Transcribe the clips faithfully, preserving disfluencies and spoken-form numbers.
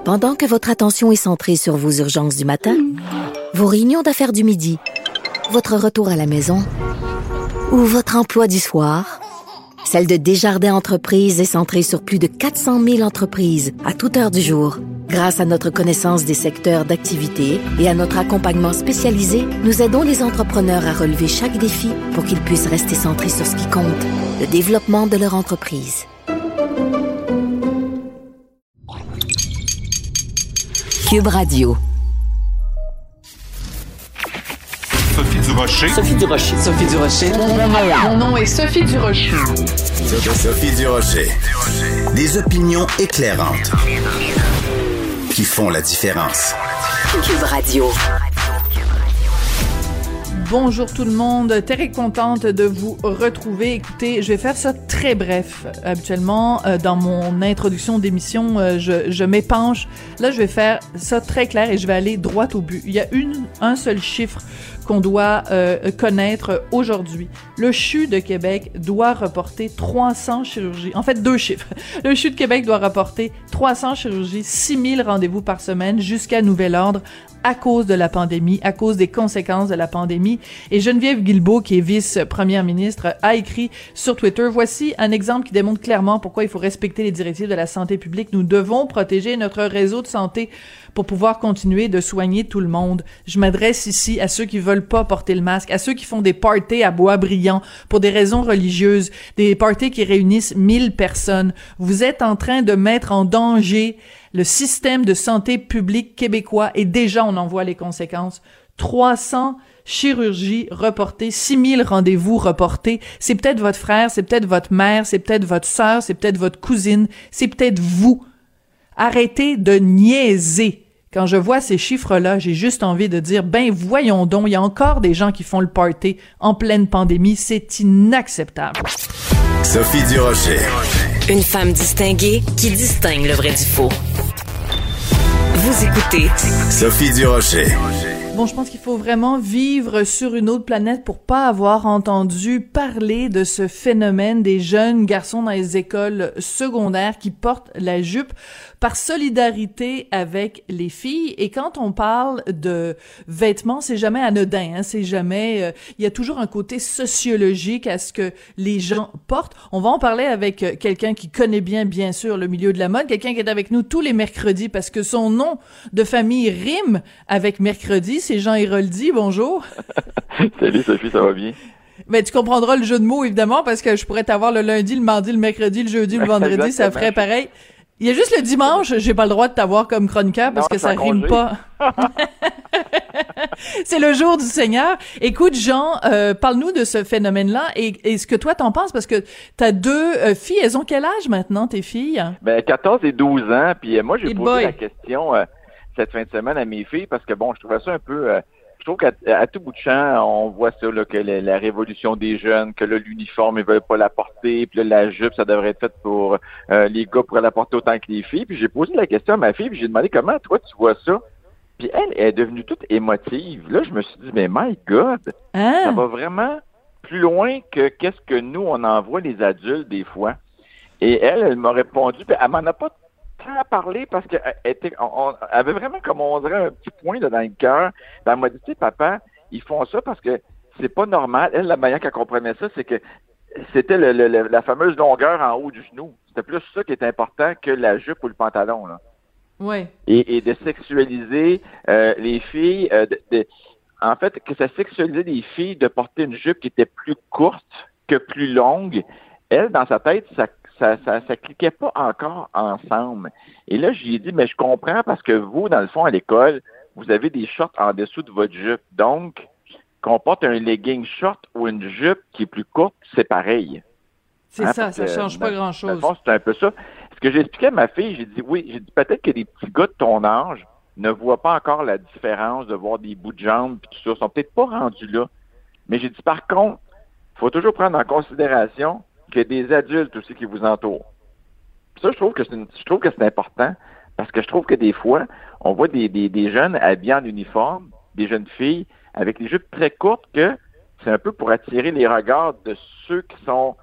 Pendant que votre attention est centrée sur vos urgences du matin, vos réunions d'affaires du midi, votre retour à la maison ou votre emploi du soir, celle de Desjardins Entreprises est centrée sur plus de quatre cent mille entreprises à toute heure du jour. Grâce à notre connaissance des secteurs d'activité et à notre accompagnement spécialisé, nous aidons les entrepreneurs à relever chaque défi pour qu'ils puissent rester centrés sur ce qui compte, le développement de leur entreprise. Cube Radio. Sophie Durocher. Sophie Durocher. Sophie Durocher. Mon nom est Sophie Durocher. Sophie Durocher. Des opinions éclairantes qui font la différence. Cube Radio. Bonjour tout le monde, très contente de vous retrouver. Écoutez, je vais faire ça très bref. Habituellement, euh, dans mon introduction d'émission, euh, je, je m'épanche. Là, je vais faire ça très clair et je vais aller droit au but. Il y a une, un seul chiffre qu'on doit euh, connaître aujourd'hui. Le C H U de Québec doit reporter trois cents chirurgies. En fait, deux chiffres. Le C H U de Québec doit reporter trois cents chirurgies, six mille rendez-vous par semaine jusqu'à nouvel ordre à cause de la pandémie, à cause des conséquences de la pandémie. Et Geneviève Guilbeault, qui est vice-première ministre, a écrit sur Twitter, « Voici un exemple qui démontre clairement pourquoi il faut respecter les directives de la santé publique. Nous devons protéger notre réseau de santé pour pouvoir continuer de soigner tout le monde. Je m'adresse ici à ceux qui veulent pas porter le masque, à ceux qui font des parties à Boisbriand pour des raisons religieuses, des parties qui réunissent mille personnes. Vous êtes en train de mettre en danger le système de santé publique québécois et déjà on en voit les conséquences. trois cents chirurgies reportées, six mille rendez-vous reportés. C'est peut-être votre frère, c'est peut-être votre mère, c'est peut-être votre sœur, c'est peut-être votre cousine, c'est peut-être vous. Arrêtez de niaiser. Quand je vois ces chiffres-là, j'ai juste envie de dire, ben voyons donc, il y a encore des gens qui font le party en pleine pandémie, c'est inacceptable. Sophie Durocher. Une femme distinguée qui distingue le vrai du faux. Vous écoutez Sophie Durocher. Bon, je pense qu'il faut vraiment vivre sur une autre planète pour pas avoir entendu parler de ce phénomène des jeunes garçons dans les écoles secondaires qui portent la jupe par solidarité avec les filles. Et quand on parle de vêtements, c'est jamais anodin, hein, c'est jamais... Euh, il y a toujours un côté sociologique à ce que les gens portent. On va en parler avec euh, quelqu'un qui connaît bien, bien sûr, le milieu de la mode, quelqu'un qui est avec nous tous les mercredis parce que son nom de famille rime avec mercredi. C'est Jean Héroldi, bonjour. Salut Sophie, ça va bien? Ben, tu comprendras le jeu de mots, évidemment, parce que je pourrais t'avoir le lundi, le mardi, le mercredi, le jeudi, le vendredi, ça ferait pareil. Il y a juste le dimanche, j'ai pas le droit de t'avoir comme chroniqueur parce non, que ça rime congé. Pas. C'est le jour du Seigneur. Écoute, Jean, euh, parle-nous de ce phénomène-là et, et ce que toi t'en penses, parce que t'as deux euh, filles, elles ont quel âge maintenant, tes filles? Ben, quatorze et douze ans, puis euh, moi, j'ai et posé boy. la question euh, cette fin de semaine à mes filles, parce que bon, je trouvais ça un peu... Euh, je trouve qu'à à tout bout de champ, on voit ça, là, que la, la révolution des jeunes, que là, l'uniforme, ils veulent pas la porter, puis là, la jupe, ça devrait être fait pour euh, les gars pour la porter autant que les filles. Puis j'ai posé la question à ma fille, puis j'ai demandé comment toi tu vois ça. Puis elle, elle est devenue toute émotive. Là, je me suis dit, mais my God, hein? Ça va vraiment plus loin que qu'est-ce que nous, on envoie les adultes des fois. Et elle, elle m'a répondu, puis elle m'en a pas à parler parce qu'elle était, on, on avait vraiment, comme on dirait, un petit point là, dans le cœur. Ben, elle m'a dit, tu sais, papa, ils font ça parce que c'est pas normal. Elle, la manière qu'elle comprenait ça, c'est que c'était le, le, le, la fameuse longueur en haut du genou. C'était plus ça qui est important que la jupe ou le pantalon, là. Oui. Et, et de sexualiser euh, les filles, euh, de, de, en fait, que ça sexualisait les filles de porter une jupe qui était plus courte que plus longue. Elle, dans sa tête, ça Ça, ça, ça cliquait pas encore ensemble. Et là, j'ai dit, mais je comprends parce que vous, dans le fond, à l'école, vous avez des shorts en dessous de votre jupe. Donc, qu'on porte un legging short ou une jupe qui est plus courte, c'est pareil. C'est hein, ça, ça change dans, pas grand-chose. Dans le fond, c'est un peu ça. Ce que j'ai expliqué à ma fille, j'ai dit, oui, j'ai dit, peut-être que les petits gars de ton âge ne voient pas encore la différence de voir des bouts de jambes et tout ça. Ils sont peut-être pas rendus là. Mais j'ai dit, par contre, il faut toujours prendre en considération qu'il y a des adultes aussi qui vous entourent. Puis ça, je trouve que c'est une, je trouve que c'est important parce que je trouve que des fois, on voit des, des, des jeunes habillés en uniforme, des jeunes filles avec des jupes très courtes que c'est un peu pour attirer les regards de ceux qui sont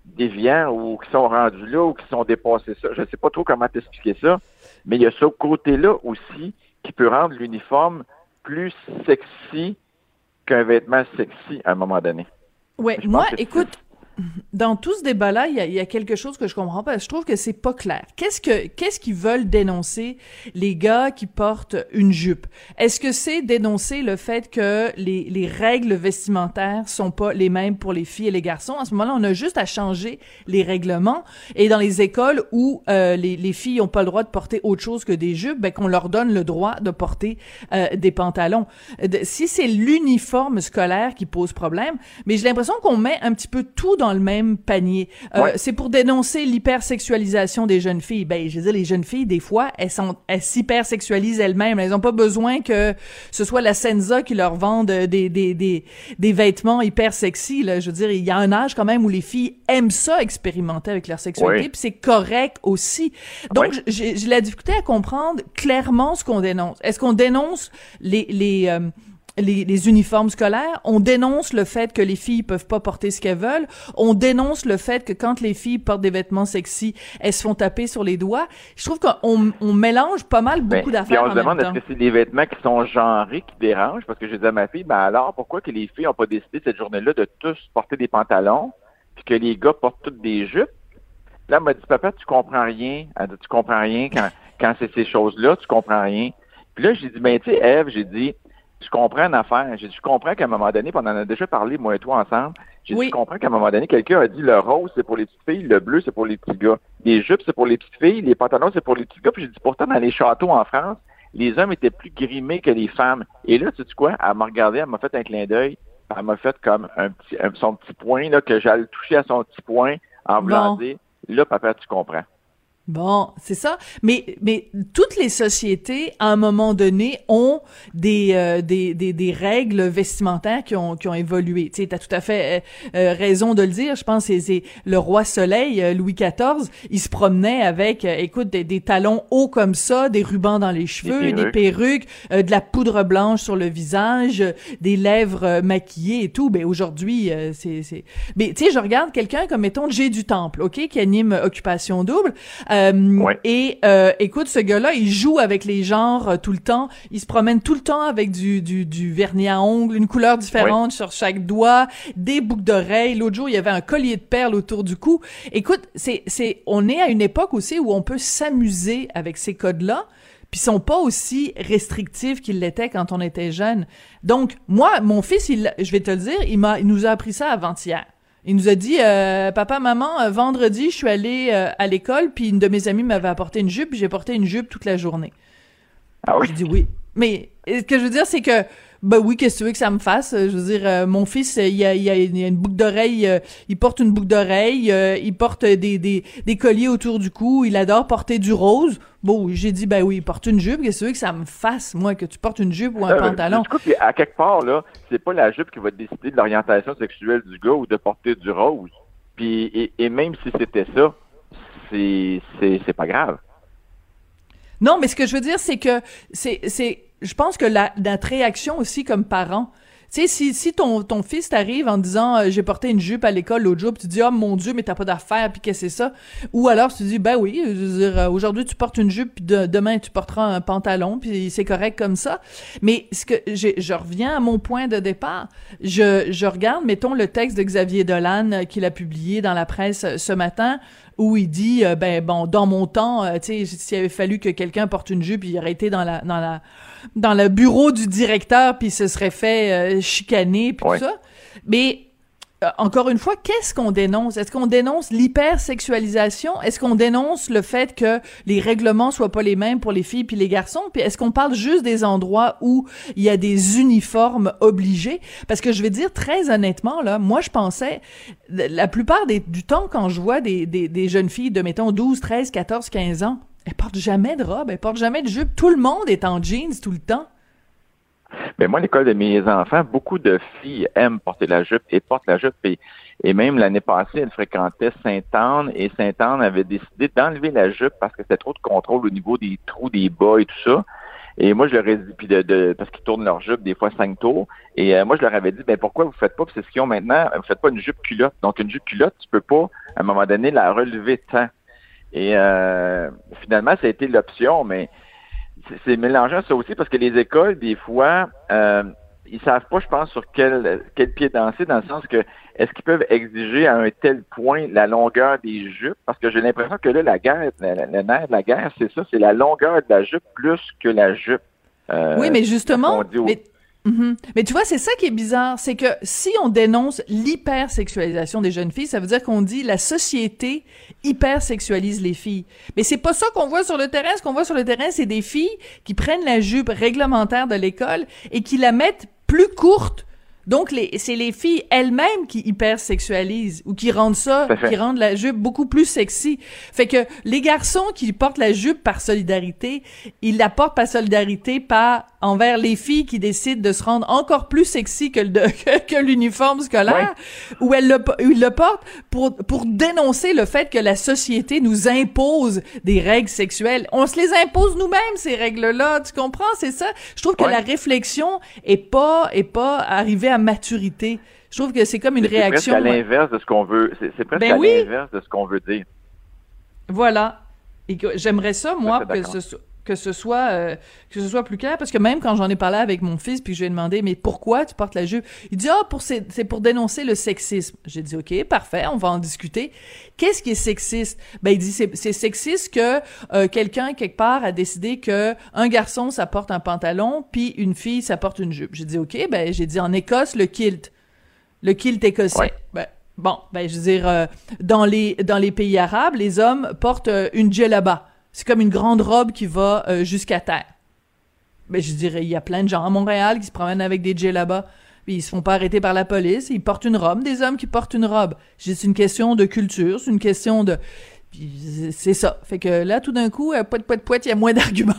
déviants ou qui sont rendus là ou qui sont dépassés ça. Je ne sais pas trop comment t'expliquer ça, mais il y a ce côté-là aussi qui peut rendre l'uniforme plus sexy qu'un vêtement sexy à un moment donné. Oui, moi, écoute, dans tout ce débat-là, il y a, il y a quelque chose que je comprends pas. Je trouve que c'est pas clair. Qu'est-ce que qu'est-ce qu'ils veulent dénoncer les gars qui portent une jupe? Est-ce que c'est dénoncer le fait que les les règles vestimentaires sont pas les mêmes pour les filles et les garçons? À ce moment-là, on a juste à changer les règlements et dans les écoles où euh, les les filles ont pas le droit de porter autre chose que des jupes, ben qu'on leur donne le droit de porter euh, des pantalons. De, si c'est l'uniforme scolaire qui pose problème, mais j'ai l'impression qu'on met un petit peu tout dans le même panier. Euh, ouais. C'est pour dénoncer l'hypersexualisation des jeunes filles. Ben, je veux dire, les jeunes filles, des fois, elles sont, elles s'hypersexualisent elles-mêmes. Elles ont pas besoin que ce soit la Senza qui leur vende des, des, des, des vêtements hyper sexy, là. Je veux dire, il y a un âge quand même où les filles aiment ça, expérimenter avec leur sexualité, oui. Puis c'est correct aussi. Donc, oui. j'ai, j'ai la difficulté à comprendre clairement ce qu'on dénonce. Est-ce qu'on dénonce les, les, euh, Les, les uniformes scolaires, on dénonce le fait que les filles peuvent pas porter ce qu'elles veulent, on dénonce le fait que quand les filles portent des vêtements sexy, elles se font taper sur les doigts. Je trouve qu'on on mélange pas mal beaucoup ben, d'affaires en même temps. On se demande est-ce que c'est des vêtements qui sont genrés qui dérangent, parce que je disais à ma fille, ben alors pourquoi que les filles ont pas décidé cette journée-là de tous porter des pantalons, puis que les gars portent toutes des jupes? Là, elle m'a dit, papa, tu comprends rien. Elle dit, tu comprends rien quand, quand c'est ces choses-là, tu comprends rien. Puis là, j'ai dit, ben tu sais, Ève, j'ai dit, je comprends une affaire. J'ai dit, je comprends qu'à un moment donné, puis on en a déjà parlé, moi et toi, ensemble, j'ai oui. dit, je comprends qu'à un moment donné, quelqu'un a dit, le rose, c'est pour les petites filles, le bleu, c'est pour les petits gars. Les jupes, c'est pour les petites filles, les pantalons, c'est pour les petits gars. Puis j'ai dit, pourtant, dans les châteaux en France, les hommes étaient plus grimés que les femmes. Et là, tu sais quoi? Elle m'a regardé, elle m'a fait un clin d'œil, elle m'a fait comme un petit, un, son petit poing, là, que j'allais toucher à son petit poing en voulant dire, là, papa, tu comprends. Bon, c'est ça. Mais mais toutes les sociétés, à un moment donné, ont des euh, des, des des règles vestimentaires qui ont qui ont évolué. Tu sais, t'as tout à fait euh, raison de le dire. Je pense que c'est, c'est le roi Soleil, euh, Louis quatorze. Il se promenait avec, euh, écoute, des, des talons hauts comme ça, des rubans dans les cheveux, des perruques, des perruques euh, de la poudre blanche sur le visage, euh, des lèvres euh, maquillées et tout. Ben aujourd'hui, euh, c'est c'est. Mais tu sais, je regarde quelqu'un comme mettons Jay du Temple, ok, qui anime Occupation Double. Euh, ouais. Et euh, écoute, ce gars-là, il joue avec les genres euh, tout le temps. Il se promène tout le temps avec du du, du vernis à ongles, une couleur différente ouais. sur chaque doigt, des boucles d'oreilles. L'autre jour, il y avait un collier de perles autour du cou. Écoute, c'est c'est, on est à une époque aussi où on peut s'amuser avec ces codes-là. Puis ils sont pas aussi restrictifs qu'ils l'étaient quand on était jeune. Donc moi, mon fils, il, je vais te le dire, il m'a, il nous a appris ça avant-hier. Il nous a dit, euh, papa, maman, euh, vendredi, je suis allée euh, à l'école, puis une de mes amies m'avait apporté une jupe, puis j'ai porté une jupe toute la journée. Ah oui? Je dis oui. Mais ce que je veux dire, c'est que, ben oui, qu'est-ce que tu veux que ça me fasse? Je veux dire, euh, mon fils, il y a, il y a une boucle d'oreille, euh, il porte une boucle d'oreille, euh, il porte des, des, des colliers autour du cou, il adore porter du rose. Bon, j'ai dit, ben oui, il porte une jupe, qu'est-ce que tu veux que ça me fasse, moi, que tu portes une jupe ou un euh, pantalon? Du coup, puis à quelque part, là, c'est pas la jupe qui va décider de l'orientation sexuelle du gars ou de porter du rose. Puis, et, et même si c'était ça, c'est, c'est, c'est pas grave. Non, mais ce que je veux dire, c'est que, c'est, c'est, je pense que la, notre réaction aussi comme parents, tu sais, si, si ton, ton fils t'arrive en disant euh, j'ai porté une jupe à l'école l'autre jour, puis tu dis oh mon Dieu, mais t'as pas d'affaires, puis qu'est-ce que c'est ça? Ou alors tu dis ben oui, je veux dire, euh, aujourd'hui tu portes une jupe, puis de, demain tu porteras un pantalon, puis c'est correct comme ça. Mais ce que j'ai, je reviens à mon point de départ. Je, je regarde, mettons le texte de Xavier Dolan euh, qu'il a publié dans la presse euh, ce matin, où il dit euh, ben bon, dans mon temps, euh, tu sais, s'il avait fallu que quelqu'un porte une jupe, il aurait été dans la dans la dans le bureau du directeur, puis il se serait fait euh, chicaner, puis ouais. tout ça. Mais euh, encore une fois, qu'est-ce qu'on dénonce? Est-ce qu'on dénonce l'hypersexualisation? Est-ce qu'on dénonce le fait que les règlements soient pas les mêmes pour les filles puis les garçons? Puis est-ce qu'on parle juste des endroits où il y a des uniformes obligés? Parce que je vais dire très honnêtement, là, moi je pensais, la plupart des, du temps quand je vois des, des, des jeunes filles de, mettons, douze, treize, quatorze, quinze ans, elles portent jamais de robe, elles portent jamais de jupe. Tout le monde est en jeans tout le temps. Ben moi, à l'école de mes enfants, beaucoup de filles aiment porter la jupe et portent la jupe. Et, et même l'année passée, elles fréquentaient Sainte-Anne et Sainte-Anne avait décidé d'enlever la jupe parce que c'était trop de contrôle au niveau des trous, des bas et tout ça. Et moi, je leur ai dit, puis de, de parce qu'ils tournent leur jupe des fois cinq tours. Et euh, moi, je leur avais dit, ben pourquoi vous faites pas, puis c'est ce qu'ils ont maintenant, vous faites pas une jupe culotte. Donc, une jupe culotte, tu peux pas, à un moment donné, la relever tant. Et euh, finalement, ça a été l'option, mais c'est, c'est mélangeant ça aussi parce que les écoles, des fois, euh, ils savent pas, je pense, sur quel quel pied danser, dans le sens que est-ce qu'ils peuvent exiger à un tel point la longueur des jupes? Parce que j'ai l'impression que là, la guerre, le nerf de la guerre, c'est ça, c'est la longueur de la jupe plus que la jupe. Euh, oui, mais justement, au... mais, mm-hmm. mais tu vois, c'est ça qui est bizarre, c'est que si on dénonce l'hypersexualisation des jeunes filles, ça veut dire qu'on dit la société hypersexualise les filles. Mais c'est pas ça qu'on voit sur le terrain. Ce qu'on voit sur le terrain, c'est des filles qui prennent la jupe réglementaire de l'école et qui la mettent plus courte. Donc, les, c'est les filles elles-mêmes qui hypersexualisent ou qui rendent ça, qui rendent la jupe beaucoup plus sexy. Fait que les garçons qui portent la jupe par solidarité, ils la portent par solidarité pas envers les filles qui décident de se rendre encore plus sexy que, le, que, que l'uniforme scolaire, ouais. où elles le, où ils le portent pour, pour dénoncer le fait que la société nous impose des règles sexuelles. On se les impose nous-mêmes, ces règles-là. Tu comprends? C'est ça. Je trouve que ouais. la réflexion est pas, est pas arrivée à maturité. Je trouve que c'est comme une c'est réaction. C'est presque à l'inverse de ce qu'on veut. C'est, c'est presque ben à oui. l'inverse de ce qu'on veut dire. Voilà. Et que j'aimerais ça, moi, que ce soit. que ce soit euh, que ce soit plus clair, parce que même quand j'en ai parlé avec mon fils puis que je lui ai demandé mais pourquoi tu portes la jupe, il dit ah oh, pour c'est, c'est pour dénoncer le sexisme. J'ai dit ok parfait, on va en discuter. Qu'est-ce qui est sexiste? Ben il dit c'est c'est sexiste que euh, quelqu'un quelque part a décidé que un garçon ça porte un pantalon puis une fille ça porte une jupe. J'ai dit ok, ben j'ai dit en Écosse le kilt, le kilt écossais. Ouais. Ben bon, ben je veux dire euh, dans les dans les pays arabes les hommes portent euh, une djellaba. C'est comme une grande robe qui va euh, jusqu'à terre. Ben, je dirais, il y a plein de gens à Montréal qui se promènent avec des djellabas, puis ils se font pas arrêter par la police, ils portent une robe, des hommes qui portent une robe. C'est une question de culture, c'est une question de... Puis c'est ça. Fait que là, tout d'un coup, euh, poète, poète, poète, il y a moins d'arguments.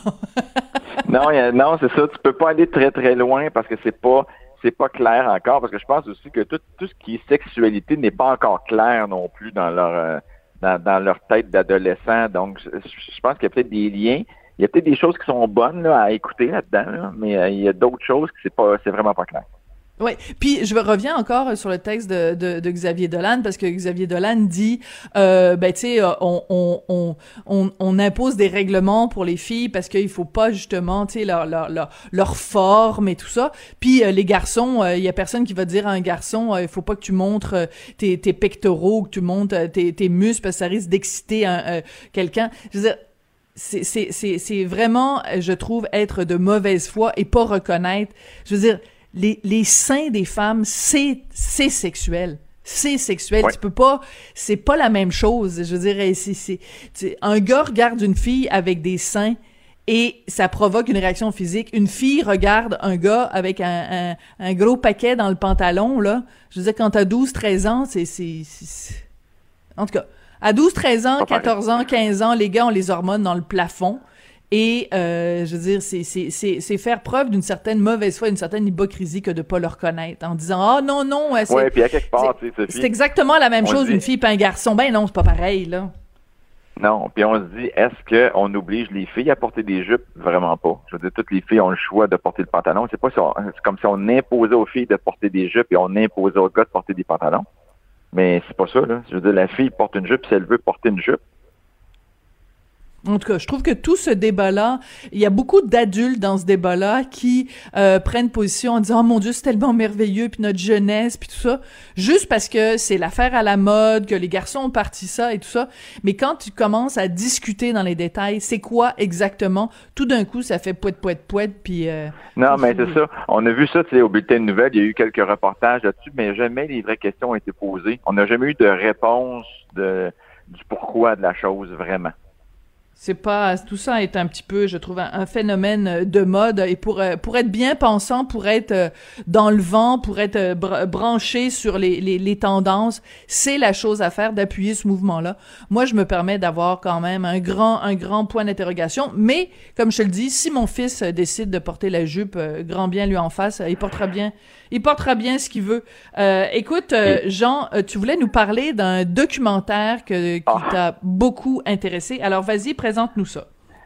non, y a, non, c'est ça. Tu peux pas aller très, très loin parce que c'est pas... c'est pas clair encore, parce que je pense aussi que tout, tout ce qui est sexualité n'est pas encore clair non plus dans leur... Euh, Dans, dans leur tête d'adolescent. Donc, je, je pense qu'il y a peut-être des liens. Il y a peut-être des choses qui sont bonnes là, à écouter là-dedans, là, mais euh, il y a d'autres choses qui c'est pas, c'est vraiment pas clair. Oui, puis je reviens encore sur le texte de, de, de Xavier Dolan, parce que Xavier Dolan dit, euh, ben tu sais, on, on, on, on, on impose des règlements pour les filles parce qu'il faut pas justement, tu sais, leur, leur, leur, leur forme et tout ça. Puis euh, les garçons, il euh, y a personne qui va dire à un garçon, il euh, faut pas que tu montres euh, tes, tes pectoraux, que tu montres euh, tes, tes muscles parce que ça risque d'exciter un, euh, quelqu'un. Je veux dire, c'est, c'est, c'est, c'est vraiment, je trouve, être de mauvaise foi et pas reconnaître. Je veux dire, Les, les seins des femmes, c'est, c'est sexuel. C'est sexuel. Ouais. Tu peux pas, c'est pas la même chose. Je veux dire, c'est, c'est, c'est, un gars regarde une fille avec des seins et ça provoque une réaction physique. Une fille regarde un gars avec un, un, un gros paquet dans le pantalon, là. Je veux dire, quand t'as douze, treize ans, c'est, c'est, c'est, c'est... En tout cas, à douze, treize ans, quatorze ans, quinze ans, les gars ont les hormones dans le plafond. Et, euh, je veux dire, c'est, c'est, c'est, c'est faire preuve d'une certaine mauvaise foi, d'une certaine hypocrisie que de pas le reconnaître en disant « Ah, oh, non, non, c'est... » Ouais, puis à quelque part, tu sais, Sophie... C'est exactement la même chose, dit... une fille et un garçon. Ben non, c'est pas pareil, là. Non, puis on se dit, est-ce qu'on oblige les filles à porter des jupes? Vraiment pas. Je veux dire, toutes les filles ont le choix de porter le pantalon. C'est pas si on... c'est comme si on imposait aux filles de porter des jupes et on imposait aux gars de porter des pantalons. Mais c'est pas ça, là. Je veux dire, la fille porte une jupe si elle veut porter une jupe. En tout cas, je trouve que tout ce débat-là, il y a beaucoup d'adultes dans ce débat-là qui euh, prennent position en disant « Oh mon Dieu, c'est tellement merveilleux, puis notre jeunesse, puis tout ça », juste parce que c'est l'affaire à la mode, que les garçons ont parti ça et tout ça. Mais quand tu commences à discuter dans les détails, c'est quoi exactement, tout d'un coup, ça fait poète, poète, poète, puis... Euh, non, mais c'est ça. On a vu ça, tu sais, au bulletin de nouvelles, il y a eu quelques reportages là-dessus, mais jamais les vraies questions ont été posées. On n'a jamais eu de réponse de, du pourquoi de la chose, vraiment. C'est pas, tout ça est un petit peu, je trouve, un, un phénomène de mode et pour pour être bien pensant, pour être dans le vent, pour être br- branché sur les, les les tendances, c'est la chose à faire d'appuyer ce mouvement-là. Moi, je me permets d'avoir quand même un grand un grand point d'interrogation, mais comme je te le dis, si mon fils décide de porter la jupe, grand bien lui en face, il portera bien il portera bien ce qu'il veut. Euh, écoute, euh, Jean, tu voulais nous parler d'un documentaire que, qui ah. t'a beaucoup intéressé. Alors, vas-y, présente-nous ça.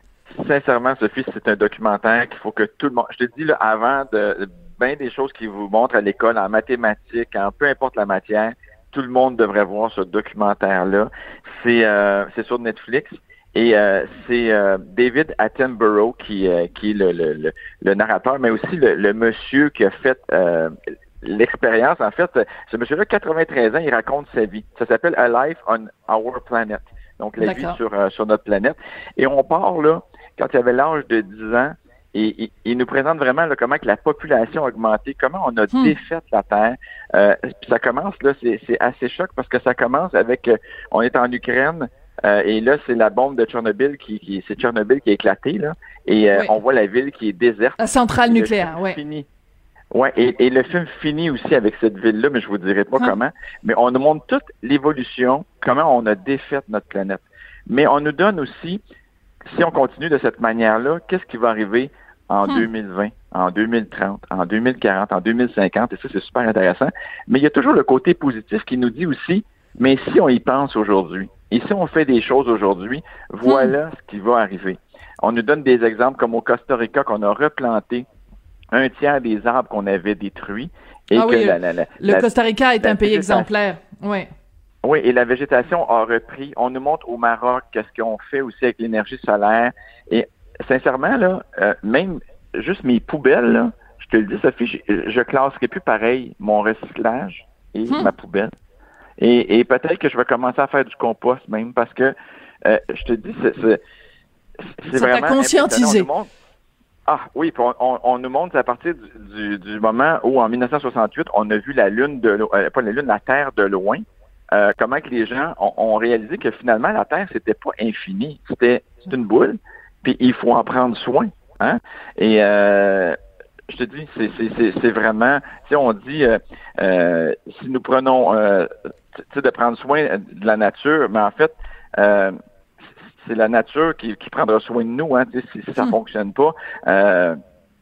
sincèrement, Sophie, c'est un documentaire qu'il faut que tout le monde... Je te dis, là, avant de... bien des choses qu'ils vous montrent à l'école, en mathématiques, en peu importe la matière, tout le monde devrait voir ce documentaire-là. C'est euh, c'est sur Netflix. Et euh, c'est euh, David Attenborough qui, euh, qui est le, le, le, le narrateur, mais aussi le, le monsieur qui a fait euh, l'expérience. En fait, ce monsieur-là, quatre-vingt-treize ans, il raconte sa vie. Ça s'appelle A Life on Our Planet. Donc, la D'accord. vie sur, euh, sur notre planète. Et on part là, quand il avait l'âge de dix ans, et, et il nous présente vraiment là, comment que la population a augmenté, comment on a hmm. défait la Terre. Euh, puis ça commence, là, c'est, c'est assez choc parce que ça commence avec, euh, on est en Ukraine, Euh, et là, c'est la bombe de Tchernobyl qui, qui c'est Tchernobyl qui a éclaté, là. Et euh, oui. on voit la ville qui est déserte. La centrale nucléaire, oui. Fini. Ouais, et, et le film finit aussi avec cette ville-là, mais je vous dirai pas hum. comment. Mais on nous montre toute l'évolution, comment on a défait notre planète. Mais on nous donne aussi, si on continue de cette manière-là, qu'est-ce qui va arriver en hum. deux mille vingt, en deux mille trente, en deux mille quarante, en deux mille cinquante, et ça, c'est super intéressant. Mais il y a toujours le côté positif qui nous dit aussi, mais si on y pense aujourd'hui, et si on fait des choses aujourd'hui, voilà mmh. ce qui va arriver. On nous donne des exemples comme au Costa Rica qu'on a replanté un tiers des arbres qu'on avait détruits. Et ah que oui, la, la, la, le la, Costa Rica est un pays exemplaire. Oui. Oui, et la végétation a repris. On nous montre au Maroc qu'est-ce qu'on fait aussi avec l'énergie solaire. Et sincèrement, là, euh, même juste mes poubelles, là, je te le dis, Sophie, je, je classerai plus pareil mon recyclage et mmh. ma poubelle. Et, et peut-être que je vais commencer à faire du compost même parce que, euh, je te dis, c'est, c'est, c'est ça vraiment... t'a conscientisé. Montre... Ah oui, puis on, on, on nous montre à partir du, du, du moment où, en dix-neuf cent soixante-huit, on a vu la Lune, de euh, pas la Lune, la Terre de loin, euh, comment que les gens ont, ont réalisé que finalement, la Terre, c'était pas infini, c'était c'est une boule, puis il faut en prendre soin. Hein? Et... Euh, je te dis, c'est, c'est, c'est, c'est vraiment, si on dit, euh, euh, si nous prenons, euh, tu sais, de prendre soin de la nature, mais en fait, euh, c'est la nature qui, qui prendra soin de nous, hein, tu sais, si, si ça mmh. fonctionne pas. Euh,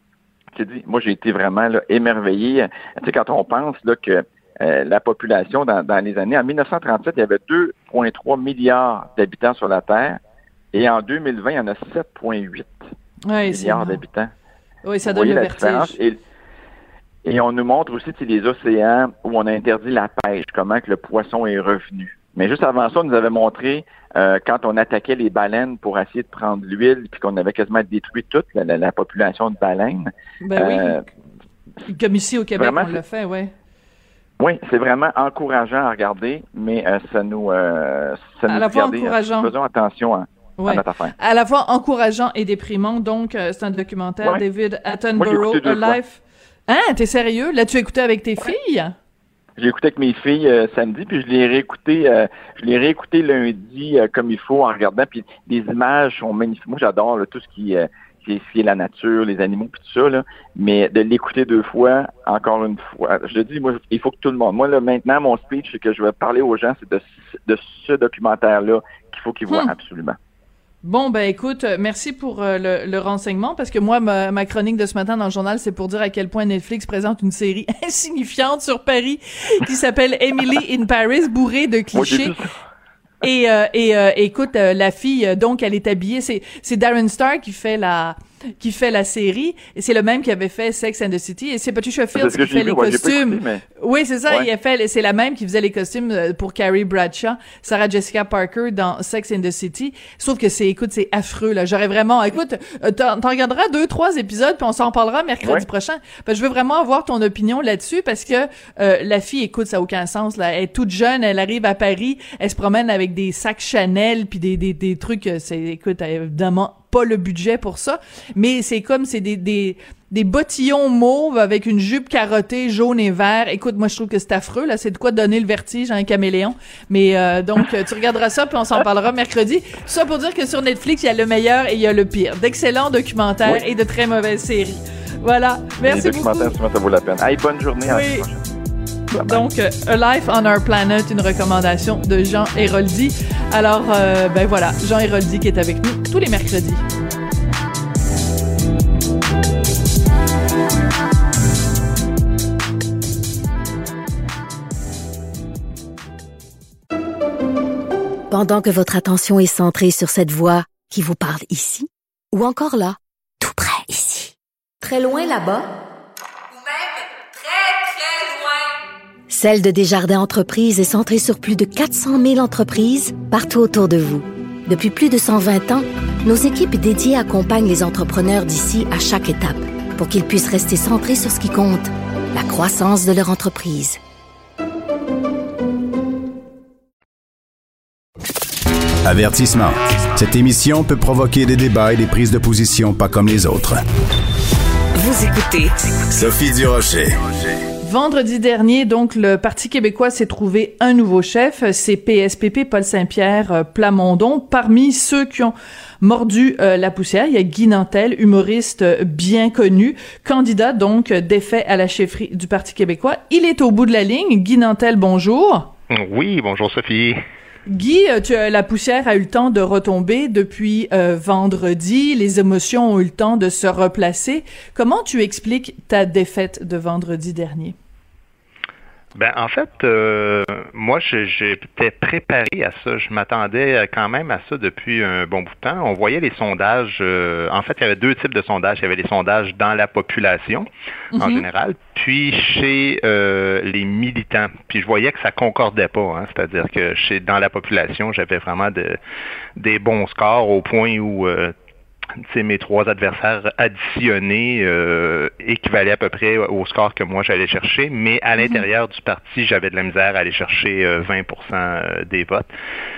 je te dis, moi, j'ai été vraiment là, émerveillé. Tu sais, quand on pense là que euh, la population, dans, dans les années, en dix-neuf cent trente-sept, il y avait deux virgule trois milliards d'habitants sur la Terre, et en deux mille vingt, il y en a sept virgule huit oui, milliards d'habitants. Oui, ça donne le vertige. Et, et on nous montre aussi les océans où on a interdit la pêche, comment que le poisson est revenu. Mais juste avant ça, on nous avait montré euh, quand on attaquait les baleines pour essayer de prendre l'huile, puis qu'on avait quasiment détruit toute la, la, la population de baleines. Ben euh, oui, comme ici au Québec, vraiment, on le fait, oui. Oui, c'est vraiment encourageant à regarder, mais euh, ça nous... Euh, ça à nous la fois garder, encourageant. Faisons attention à... Ouais. À la fois encourageant et déprimant. Donc, euh, c'est un documentaire, ouais. David Attenborough, A Life. Hein, t'es sérieux? L'as-tu écouté avec tes ouais. filles? J'ai écouté avec mes filles euh, samedi, puis je l'ai réécouté, euh, je l'ai réécouté lundi euh, comme il faut en regardant. Puis les images sont magnifiques. Moi, j'adore là, tout ce qui, euh, qui, est, qui est la nature, les animaux, puis tout ça. Là. Mais de l'écouter deux fois, encore une fois, je dis, moi, il faut que tout le monde. Moi, là, maintenant, mon speech, c'est que je vais parler aux gens, c'est de, de ce documentaire-là qu'il faut qu'ils voient hmm. absolument. Bon, ben écoute, merci pour euh, le, le renseignement, parce que moi, ma, ma chronique de ce matin dans le journal, c'est pour dire à quel point Netflix présente une série insignifiante sur Paris qui s'appelle Emily in Paris, bourrée de clichés. Et, euh, et euh, écoute, euh, la fille, donc, elle est habillée, c'est, c'est Darren Star qui fait la... qui fait la série, et c'est le même qui avait fait Sex and the City, et c'est Patricia Fields qui fait les ouais, costumes. Écouté, mais... Oui, c'est ça, ouais. il a fait, c'est la même qui faisait les costumes pour Carrie Bradshaw, Sarah Jessica Parker dans Sex and the City. Sauf que c'est, écoute, c'est affreux, là. J'aurais vraiment, écoute, t'en, t'en regarderas deux, trois épisodes, puis on s'en parlera mercredi ouais. prochain. Ben, je veux vraiment avoir ton opinion là-dessus, parce que euh, la fille, écoute, ça n'a aucun sens, là. Elle est toute jeune, elle arrive à Paris, elle se promène avec des sacs Chanel, puis des, des, des trucs, c'est, écoute, évidemment, pas le budget pour ça, mais c'est comme c'est des des des bottillons mauves avec une jupe carottée jaune et vert. Écoute, moi je trouve que c'est affreux là, c'est de quoi donner le vertige à un caméléon. Mais euh, donc tu regarderas ça puis on s'en parlera mercredi. Tout ça pour dire que sur Netflix, il y a le meilleur et il y a le pire. D'excellents documentaires oui. et de très mauvaises séries. Voilà. Merci Les beaucoup. Les documentaires, ça vaut la peine. Hey, bonne journée. Oui. À la prochaine. Donc, euh, A Life on Our Planet, une recommandation de Jean Héroldi. Alors, euh, ben voilà, Jean Héroldi qui est avec nous tous les mercredis. Pendant que votre attention est centrée sur cette voix qui vous parle ici, Ou encore là, tout près ici. Très loin là-bas. Ou même très, très loin. Celle de Desjardins Entreprises est centrée sur plus de quatre cent mille entreprises partout autour de vous. Depuis plus de cent vingt ans, nos équipes dédiées accompagnent les entrepreneurs d'ici à chaque étape pour qu'ils puissent rester centrés sur ce qui compte, la croissance de leur entreprise. Avertissement. Cette émission peut provoquer des débats et des prises de position pas comme les autres. Vous écoutez Sophie Durocher. Vendredi dernier, donc, le Parti québécois s'est trouvé un nouveau chef. C'est P S P P, Paul Saint-Pierre euh, Plamondon. Parmi ceux qui ont mordu euh, la poussière, il y a Guy Nantel, humoriste euh, bien connu, candidat donc défait à la chefferie du Parti québécois. Il est au bout de la ligne. Guy Nantel, bonjour. Oui, bonjour Sophie. Guy, tu, la poussière a eu le temps de retomber depuis euh, vendredi. Les émotions ont eu le temps de se replacer. Comment tu expliques ta défaite de vendredi dernier? Ben en fait, euh, moi je, j'étais préparé à ça. Je m'attendais quand même à ça depuis un bon bout de temps. On voyait les sondages. Euh, en fait, il y avait deux types de sondages. Il y avait les sondages dans la population mm-hmm. en général, puis chez euh, les militants. Puis je voyais que ça concordait pas. Hein, c'est-à-dire que chez dans la population, j'avais vraiment de, des bons scores au point où euh, t'sais, mes trois adversaires additionnés euh, équivalaient à peu près au score que moi j'allais chercher, mais à l'intérieur du parti, j'avais de la misère à aller chercher euh, vingt pour cent des votes.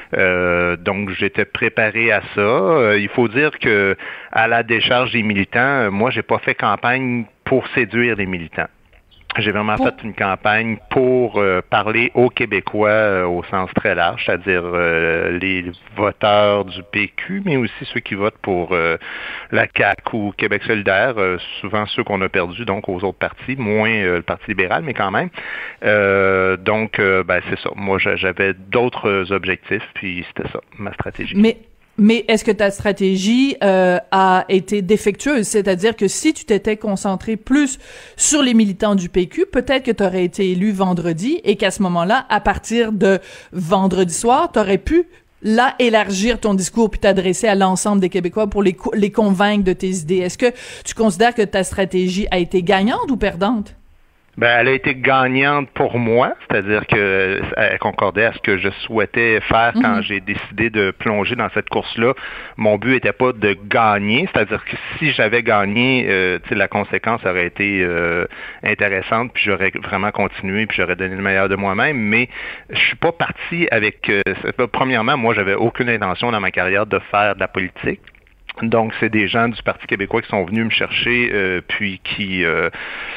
Euh, donc j'étais préparé à ça. Euh, il faut dire que à la décharge des militants, moi j'ai pas fait campagne pour séduire les militants. J'ai vraiment pour... fait une campagne pour euh, parler aux Québécois euh, au sens très large, c'est-à-dire euh, les voteurs du P Q, mais aussi ceux qui votent pour euh, la C A Q ou Québec solidaire, euh, souvent ceux qu'on a perdus donc aux autres partis, moins euh, le Parti libéral, mais quand même. Euh, donc, euh, ben c'est ça. Moi, j'avais d'autres objectifs, puis c'était ça, ma stratégie. Mais... Mais est-ce que ta stratégie euh, a été défectueuse? C'est-à-dire que si tu t'étais concentré plus sur les militants du P Q, peut-être que tu aurais été élu vendredi et qu'à ce moment-là, à partir de vendredi soir, tu aurais pu là élargir ton discours puis t'adresser à l'ensemble des Québécois pour les, co- les convaincre de tes idées. Est-ce que tu considères que ta stratégie a été gagnante ou perdante? Ben, elle a été gagnante pour moi, c'est-à-dire que elle concordait à ce que je souhaitais faire quand mm-hmm. j'ai décidé de plonger dans cette course-là. Mon but était pas de gagner, c'est-à-dire que si j'avais gagné, euh, tu sais, la conséquence aurait été euh, intéressante, puis j'aurais vraiment continué, puis j'aurais donné le meilleur de moi-même. Mais je suis pas parti avec. Euh, premièrement, moi, j'avais aucune intention dans ma carrière de faire de la politique. Donc, c'est des gens du Parti québécois qui sont venus me chercher, euh, puis qui euh,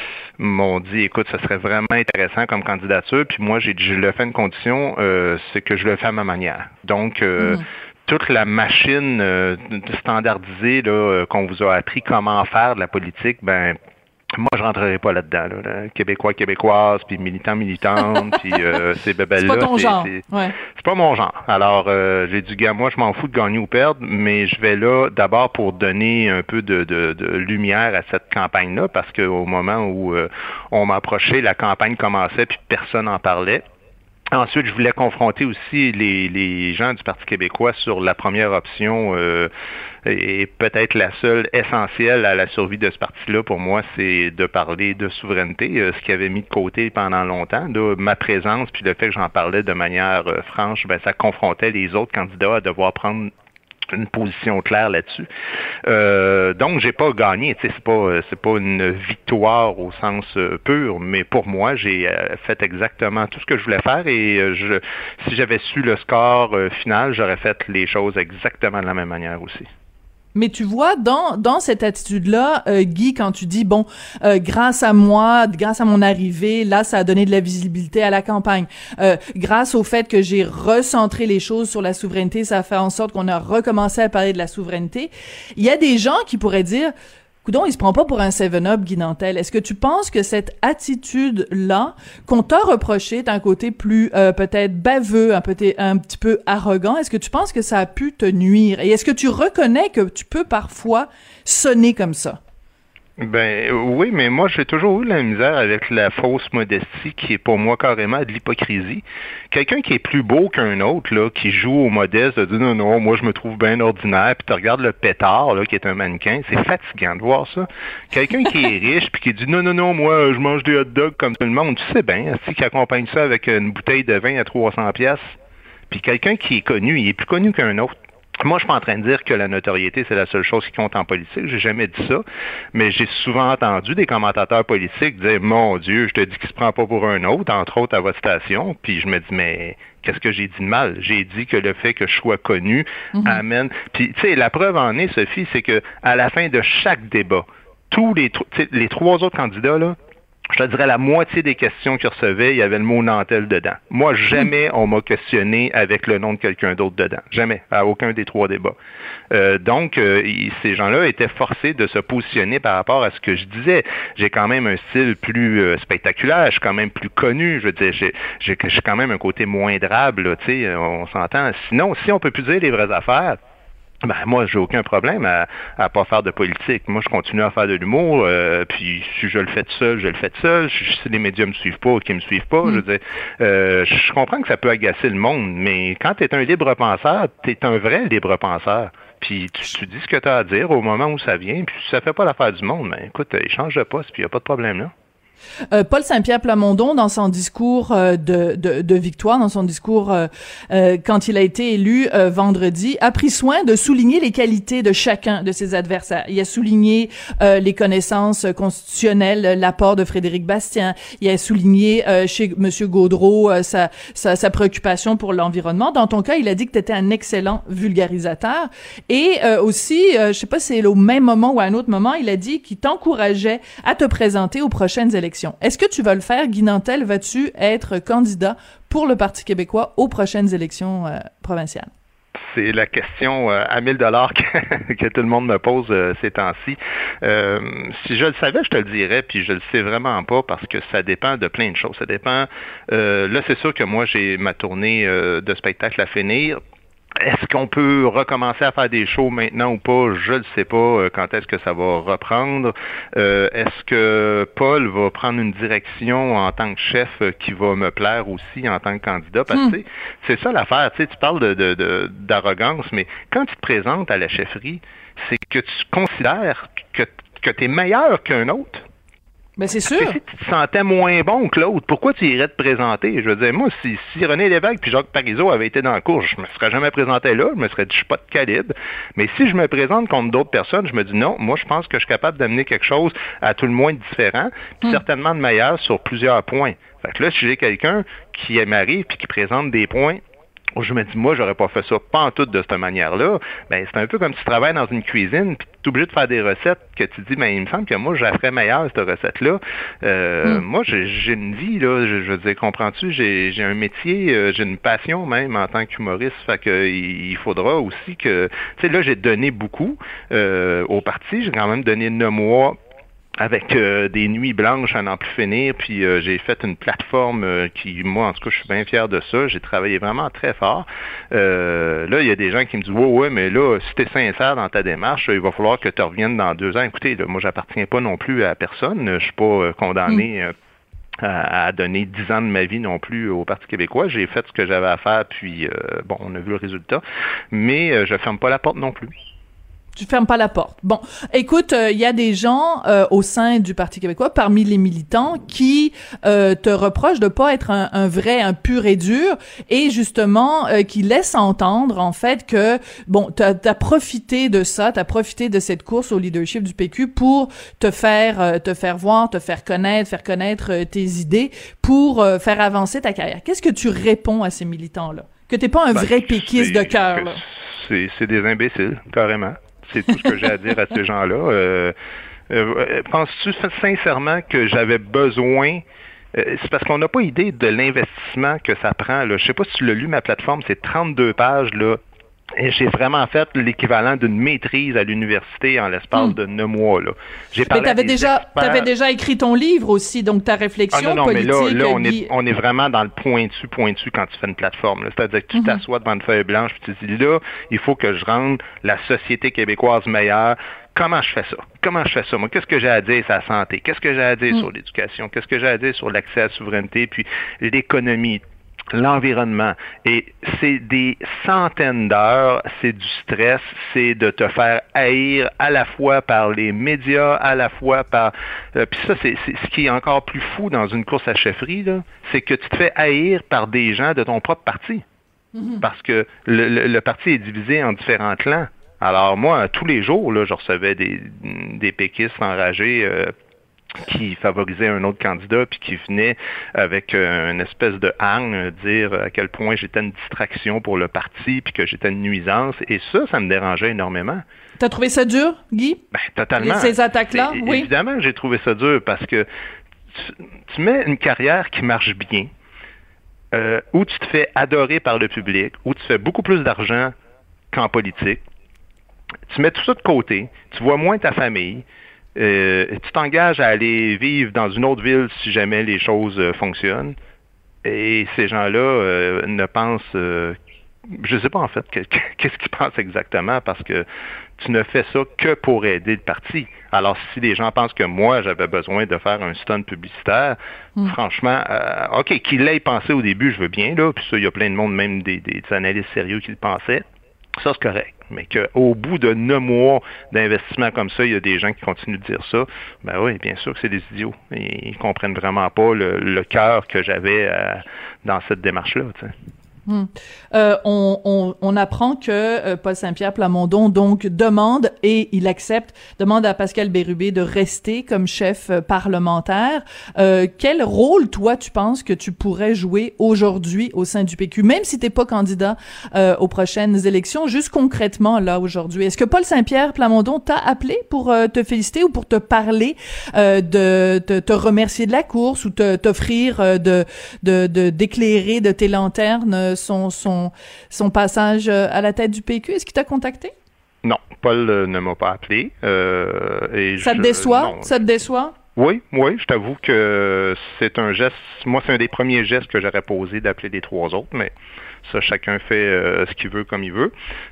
m'ont dit, écoute, ça serait vraiment intéressant comme candidature, puis moi, j'ai, je le fais une condition, euh, c'est que je le fais à ma manière. Donc, euh, mmh. toute la machine euh, standardisée là, euh, qu'on vous a appris comment faire de la politique, ben moi, je rentrerai pas là-dedans. Là, là. Québécois, québécoises, puis militants, militantes, puis euh, ces bébelles-là. C'est pas ton c'est, genre. C'est, ouais. c'est pas mon genre. Alors, euh, j'ai dit, gars, moi, je m'en fous de gagner ou perdre, mais je vais là d'abord pour donner un peu de, de, de lumière à cette campagne-là, parce qu'au moment où euh, on m'approchait, la campagne commençait, puis personne n'en parlait. Ensuite, je voulais confronter aussi les, les gens du Parti québécois sur la première option euh, et peut-être la seule essentielle à la survie de ce parti-là, pour moi, c'est de parler de souveraineté, euh, ce qu'il avait mis de côté pendant longtemps. Là, ma présence, puis le fait que j'en parlais de manière euh, franche, ben, ça confrontait les autres candidats à devoir prendre une position claire là-dessus. Euh, donc, j'ai pas gagné. Tu sais, c'est pas c'est pas une victoire au sens euh, pur, mais pour moi, j'ai euh, fait exactement tout ce que je voulais faire et euh, je, si j'avais su le score euh, final, j'aurais fait les choses exactement de la même manière aussi. Mais tu vois, dans dans cette attitude-là, euh, Guy, quand tu dis, bon, euh, grâce à moi, grâce à mon arrivée, là, ça a donné de la visibilité à la campagne. Euh, grâce au fait que j'ai recentré les choses sur la souveraineté, ça a fait en sorte qu'on a recommencé à parler de la souveraineté. Il y a des gens qui pourraient dire, coudonc, il se prend pas pour un seven-up, Guy Nantel. Est-ce que tu penses que cette attitude-là, qu'on t'a reproché d'un côté plus euh, peut-être baveux, un, peu, un petit peu arrogant, est-ce que tu penses que ça a pu te nuire? Et est-ce que tu reconnais que tu peux parfois sonner comme ça? Ben oui, mais moi j'ai toujours eu la misère avec la fausse modestie qui est pour moi carrément de l'hypocrisie. Quelqu'un qui est plus beau qu'un autre, là, qui joue au modeste, de dire non, non, moi je me trouve bien ordinaire, puis tu regardes le pétard, là, qui est un mannequin, c'est fatigant de voir ça. Quelqu'un qui est riche, puis qui dit non, non, non, moi je mange des hot dogs comme tout le monde, tu sais bien, si qui accompagne ça avec une bouteille de vin à trois cents piastres. Puis quelqu'un qui est connu, il est plus connu qu'un autre. Moi, je suis pas en train de dire que la notoriété, c'est la seule chose qui compte en politique. J'ai jamais dit ça. Mais j'ai souvent entendu des commentateurs politiques dire, mon Dieu, je te dis qu'il se prend pas pour un autre, entre autres à votre station. Puis je me dis, mais qu'est-ce que j'ai dit de mal? J'ai dit que le fait que je sois connu mm-hmm. amène. Puis, tu sais, la preuve en est, Sophie, c'est que à la fin de chaque débat, tous les, les trois autres candidats, là, je te dirais la moitié des questions qu'ils recevaient, il y avait le mot Nantel dedans. Moi, jamais on m'a questionné avec le nom de quelqu'un d'autre dedans. Jamais, à aucun des trois débats. Euh, donc, euh, ces gens-là étaient forcés de se positionner par rapport à ce que je disais. J'ai quand même un style plus euh, spectaculaire, je suis quand même plus connu, je veux dire, j'ai, j'ai, j'ai quand même un côté moindrable, tu sais, on s'entend. Sinon, si on peut plus dire les vraies affaires, ben moi, j'ai aucun problème à, à pas faire de politique. Moi, je continue à faire de l'humour, euh, puis si je le fais tout seul, je le fais tout seul. Si les médias me suivent pas ou qu'ils me suivent pas, mm. je veux dire, euh, je comprends que ça peut agacer le monde, mais quand tu es un libre penseur, tu es un vrai libre penseur. Puis tu, tu dis ce que tu as à dire au moment où ça vient, puis si ça fait pas l'affaire du monde, ben écoute, échange de poste, puis il n'y a pas de problème là. Euh, Paul Saint-Pierre Plamondon, dans son discours euh, de, de, de victoire, dans son discours euh, euh, quand il a été élu euh, vendredi, a pris soin de souligner les qualités de chacun de ses adversaires. Il a souligné euh, les connaissances constitutionnelles, l'apport de Frédéric Bastien. Il a souligné euh, chez Monsieur Gaudreault euh, sa, sa, sa préoccupation pour l'environnement. Dans ton cas, il a dit que tu étais un excellent vulgarisateur. Et euh, aussi, euh, je sais pas si c'est au même moment ou à un autre moment, il a dit qu'il t'encourageait à te présenter aux prochaines élections. Est-ce que tu vas le faire, Guy Nantel? Vas-tu être candidat pour le Parti québécois aux prochaines élections euh, provinciales? C'est la question euh, à mille dollars que, que tout le monde me pose euh, ces temps-ci. Euh, si je le savais, je te le dirais, puis je le sais vraiment pas parce que ça dépend de plein de choses. Ça dépend. Euh, là, c'est sûr que moi, j'ai ma tournée euh, de spectacle à finir. Est-ce qu'on peut recommencer à faire des shows maintenant ou pas? Je ne sais pas quand est-ce que ça va reprendre. Euh, est-ce que Paul va prendre une direction en tant que chef qui va me plaire aussi en tant que candidat? Parce que mm. c'est ça l'affaire. Tu sais, tu parles de, de, de, d'arrogance, mais quand tu te présentes à la chefferie, c'est que tu considères que, que tu es meilleur qu'un autre. Ben c'est sûr. Si tu te sentais moins bon que l'autre, pourquoi tu irais te présenter? Je veux dire, moi, si, si René Lévesque puis Jacques Parizeau avaient été dans le cours, je me serais jamais présenté là, je me serais dit, je suis pas de calibre. Mais si je me présente contre d'autres personnes, je me dis non, moi, je pense que je suis capable d'amener quelque chose à tout le moins différent, puis mm. certainement de meilleur sur plusieurs points. Fait que là, si j'ai quelqu'un qui m'arrive puis qui présente des points, je me dis, moi, j'aurais pas fait ça pas en tout de cette manière-là. Ben, c'est un peu comme si tu travailles dans une cuisine, puis tu es obligé de faire des recettes que tu dis, ben, il me semble que moi, je la ferais meilleure, cette recette-là. Euh, mm. Moi, j'ai, j'ai une vie, là, je, je veux dire, comprends-tu, j'ai, j'ai un métier, euh, j'ai une passion même en tant qu'humoriste, fait que il, il faudra aussi que, tu sais, là, j'ai donné beaucoup euh, au parti, j'ai quand même donné neuf mois avec euh, des nuits blanches à n'en plus finir, puis euh, j'ai fait une plateforme euh, qui, moi, en tout cas, je suis bien fier de ça. J'ai travaillé vraiment très fort. Euh, là, il y a des gens qui me disent « Ouais, ouais, mais là, si t'es sincère dans ta démarche, il va falloir que tu reviennes dans deux ans. » Écoutez, là, moi, j'appartiens pas non plus à personne. Je suis pas euh, condamné euh, à, à donner dix ans de ma vie non plus au Parti québécois. J'ai fait ce que j'avais à faire, puis, euh, bon, on a vu le résultat. Mais euh, je ferme pas la porte non plus. Tu fermes pas la porte. Bon, écoute, il euh, y a des gens euh, au sein du Parti québécois, parmi les militants, qui euh, te reprochent de pas être un, un vrai, un pur et dur, et justement euh, qui laissent entendre en fait que bon, t'as, t'as profité de ça, t'as profité de cette course au leadership du P Q pour te faire, euh, te faire voir, te faire connaître, faire connaître euh, tes idées, pour euh, faire avancer ta carrière. Qu'est-ce que tu réponds à ces militants-là? Que t'es pas un ben, vrai péquiste de cœur, là. C'est, c'est des imbéciles, carrément. C'est tout ce que j'ai à dire à ces gens-là. Euh, euh, penses-tu sincèrement que j'avais besoin... Euh, c'est parce qu'on n'a pas idée de l'investissement que ça prend. Là. Je sais pas si tu l'as lu, ma plateforme, c'est trente-deux pages. Là. Et j'ai vraiment fait l'équivalent d'une maîtrise à l'université en l'espace mmh. de neuf mois. Là. J'ai mais t'avais déjà, experts... t'avais déjà écrit ton livre aussi, donc ta réflexion ah non, non, politique... mais là, là on, est, on est vraiment dans le pointu, pointu quand tu fais une plateforme. Là. C'est-à-dire que tu mmh. t'assois devant une feuille blanche puis tu te dis, là, il faut que je rende la société québécoise meilleure. comment je fais ça? Comment je fais ça? Moi, qu'est-ce que j'ai à dire sur la santé? Qu'est-ce que j'ai à dire mm. sur l'éducation? Qu'est-ce que j'ai à dire sur l'accès à la souveraineté, puis l'économie, l'environnement? Et c'est des centaines d'heures, c'est du stress, c'est de te faire haïr à la fois par les médias, à la fois par... Euh, puis ça, c'est, c'est ce qui est encore plus fou dans une course à chefferie, là, c'est que tu te fais haïr par des gens de ton propre parti. Mm-hmm. Parce que le, le, le parti est divisé en différents clans. Alors moi, tous les jours, là, je recevais des, des péquistes enragés euh, qui favorisaient un autre candidat puis qui venaient avec euh, une espèce de hargne euh, dire à quel point j'étais une distraction pour le parti puis que j'étais une nuisance. Et ça, ça me dérangeait énormément. T'as trouvé ça dur, Guy? Ben, totalement. Ces attaques-là, Et, oui. Évidemment, j'ai trouvé ça dur parce que tu, tu mets une carrière qui marche bien, euh, où tu te fais adorer par le public, où tu fais beaucoup plus d'argent qu'en politique. Tu mets tout ça de côté, tu vois moins ta famille, euh, tu t'engages à aller vivre dans une autre ville si jamais les choses euh, fonctionnent. Et ces gens-là euh, ne pensent, euh, je ne sais pas en fait, que, que, qu'est-ce qu'ils pensent exactement, parce que tu ne fais ça que pour aider le parti. Alors si les gens pensent que moi, j'avais besoin de faire un stunt publicitaire, mm. franchement, euh, OK, qu'ils l'aient pensé au début, je veux bien, là, puis ça, il y a plein de monde, même des, des analystes sérieux qui le pensaient. Ça, c'est correct. Mais qu'au bout de neuf mois d'investissement comme ça, il y a des gens qui continuent de dire ça, ben oui, bien sûr que c'est des idiots. Ils comprennent vraiment pas le, le cœur que j'avais euh, dans cette démarche-là, tu sais. Hum. Euh, on, on, on apprend que euh, Paul Saint-Pierre Plamondon donc demande et il accepte, demande à Pascal Bérubé de rester comme chef euh, parlementaire. Euh, quel rôle, toi, tu penses que tu pourrais jouer aujourd'hui au sein du P Q, même si t'es pas candidat euh, aux prochaines élections, juste concrètement là aujourd'hui? Est-ce que Paul Saint-Pierre Plamondon t'a appelé pour euh, te féliciter ou pour te parler, euh, de te, te remercier de la course ou te, t'offrir euh, de, de, de d'éclairer de tes lanternes son, son, son passage à la tête du P Q? Est-ce qu'il t'a contacté? Non, Paul euh, ne m'a pas appelé. Euh, et ça je, te déçoit? Non. Ça te déçoit? Oui, oui, je t'avoue que c'est un geste, moi c'est un des premiers gestes que j'aurais posé d'appeler les trois autres, mais ça, chacun fait euh, ce qu'il veut comme il veut.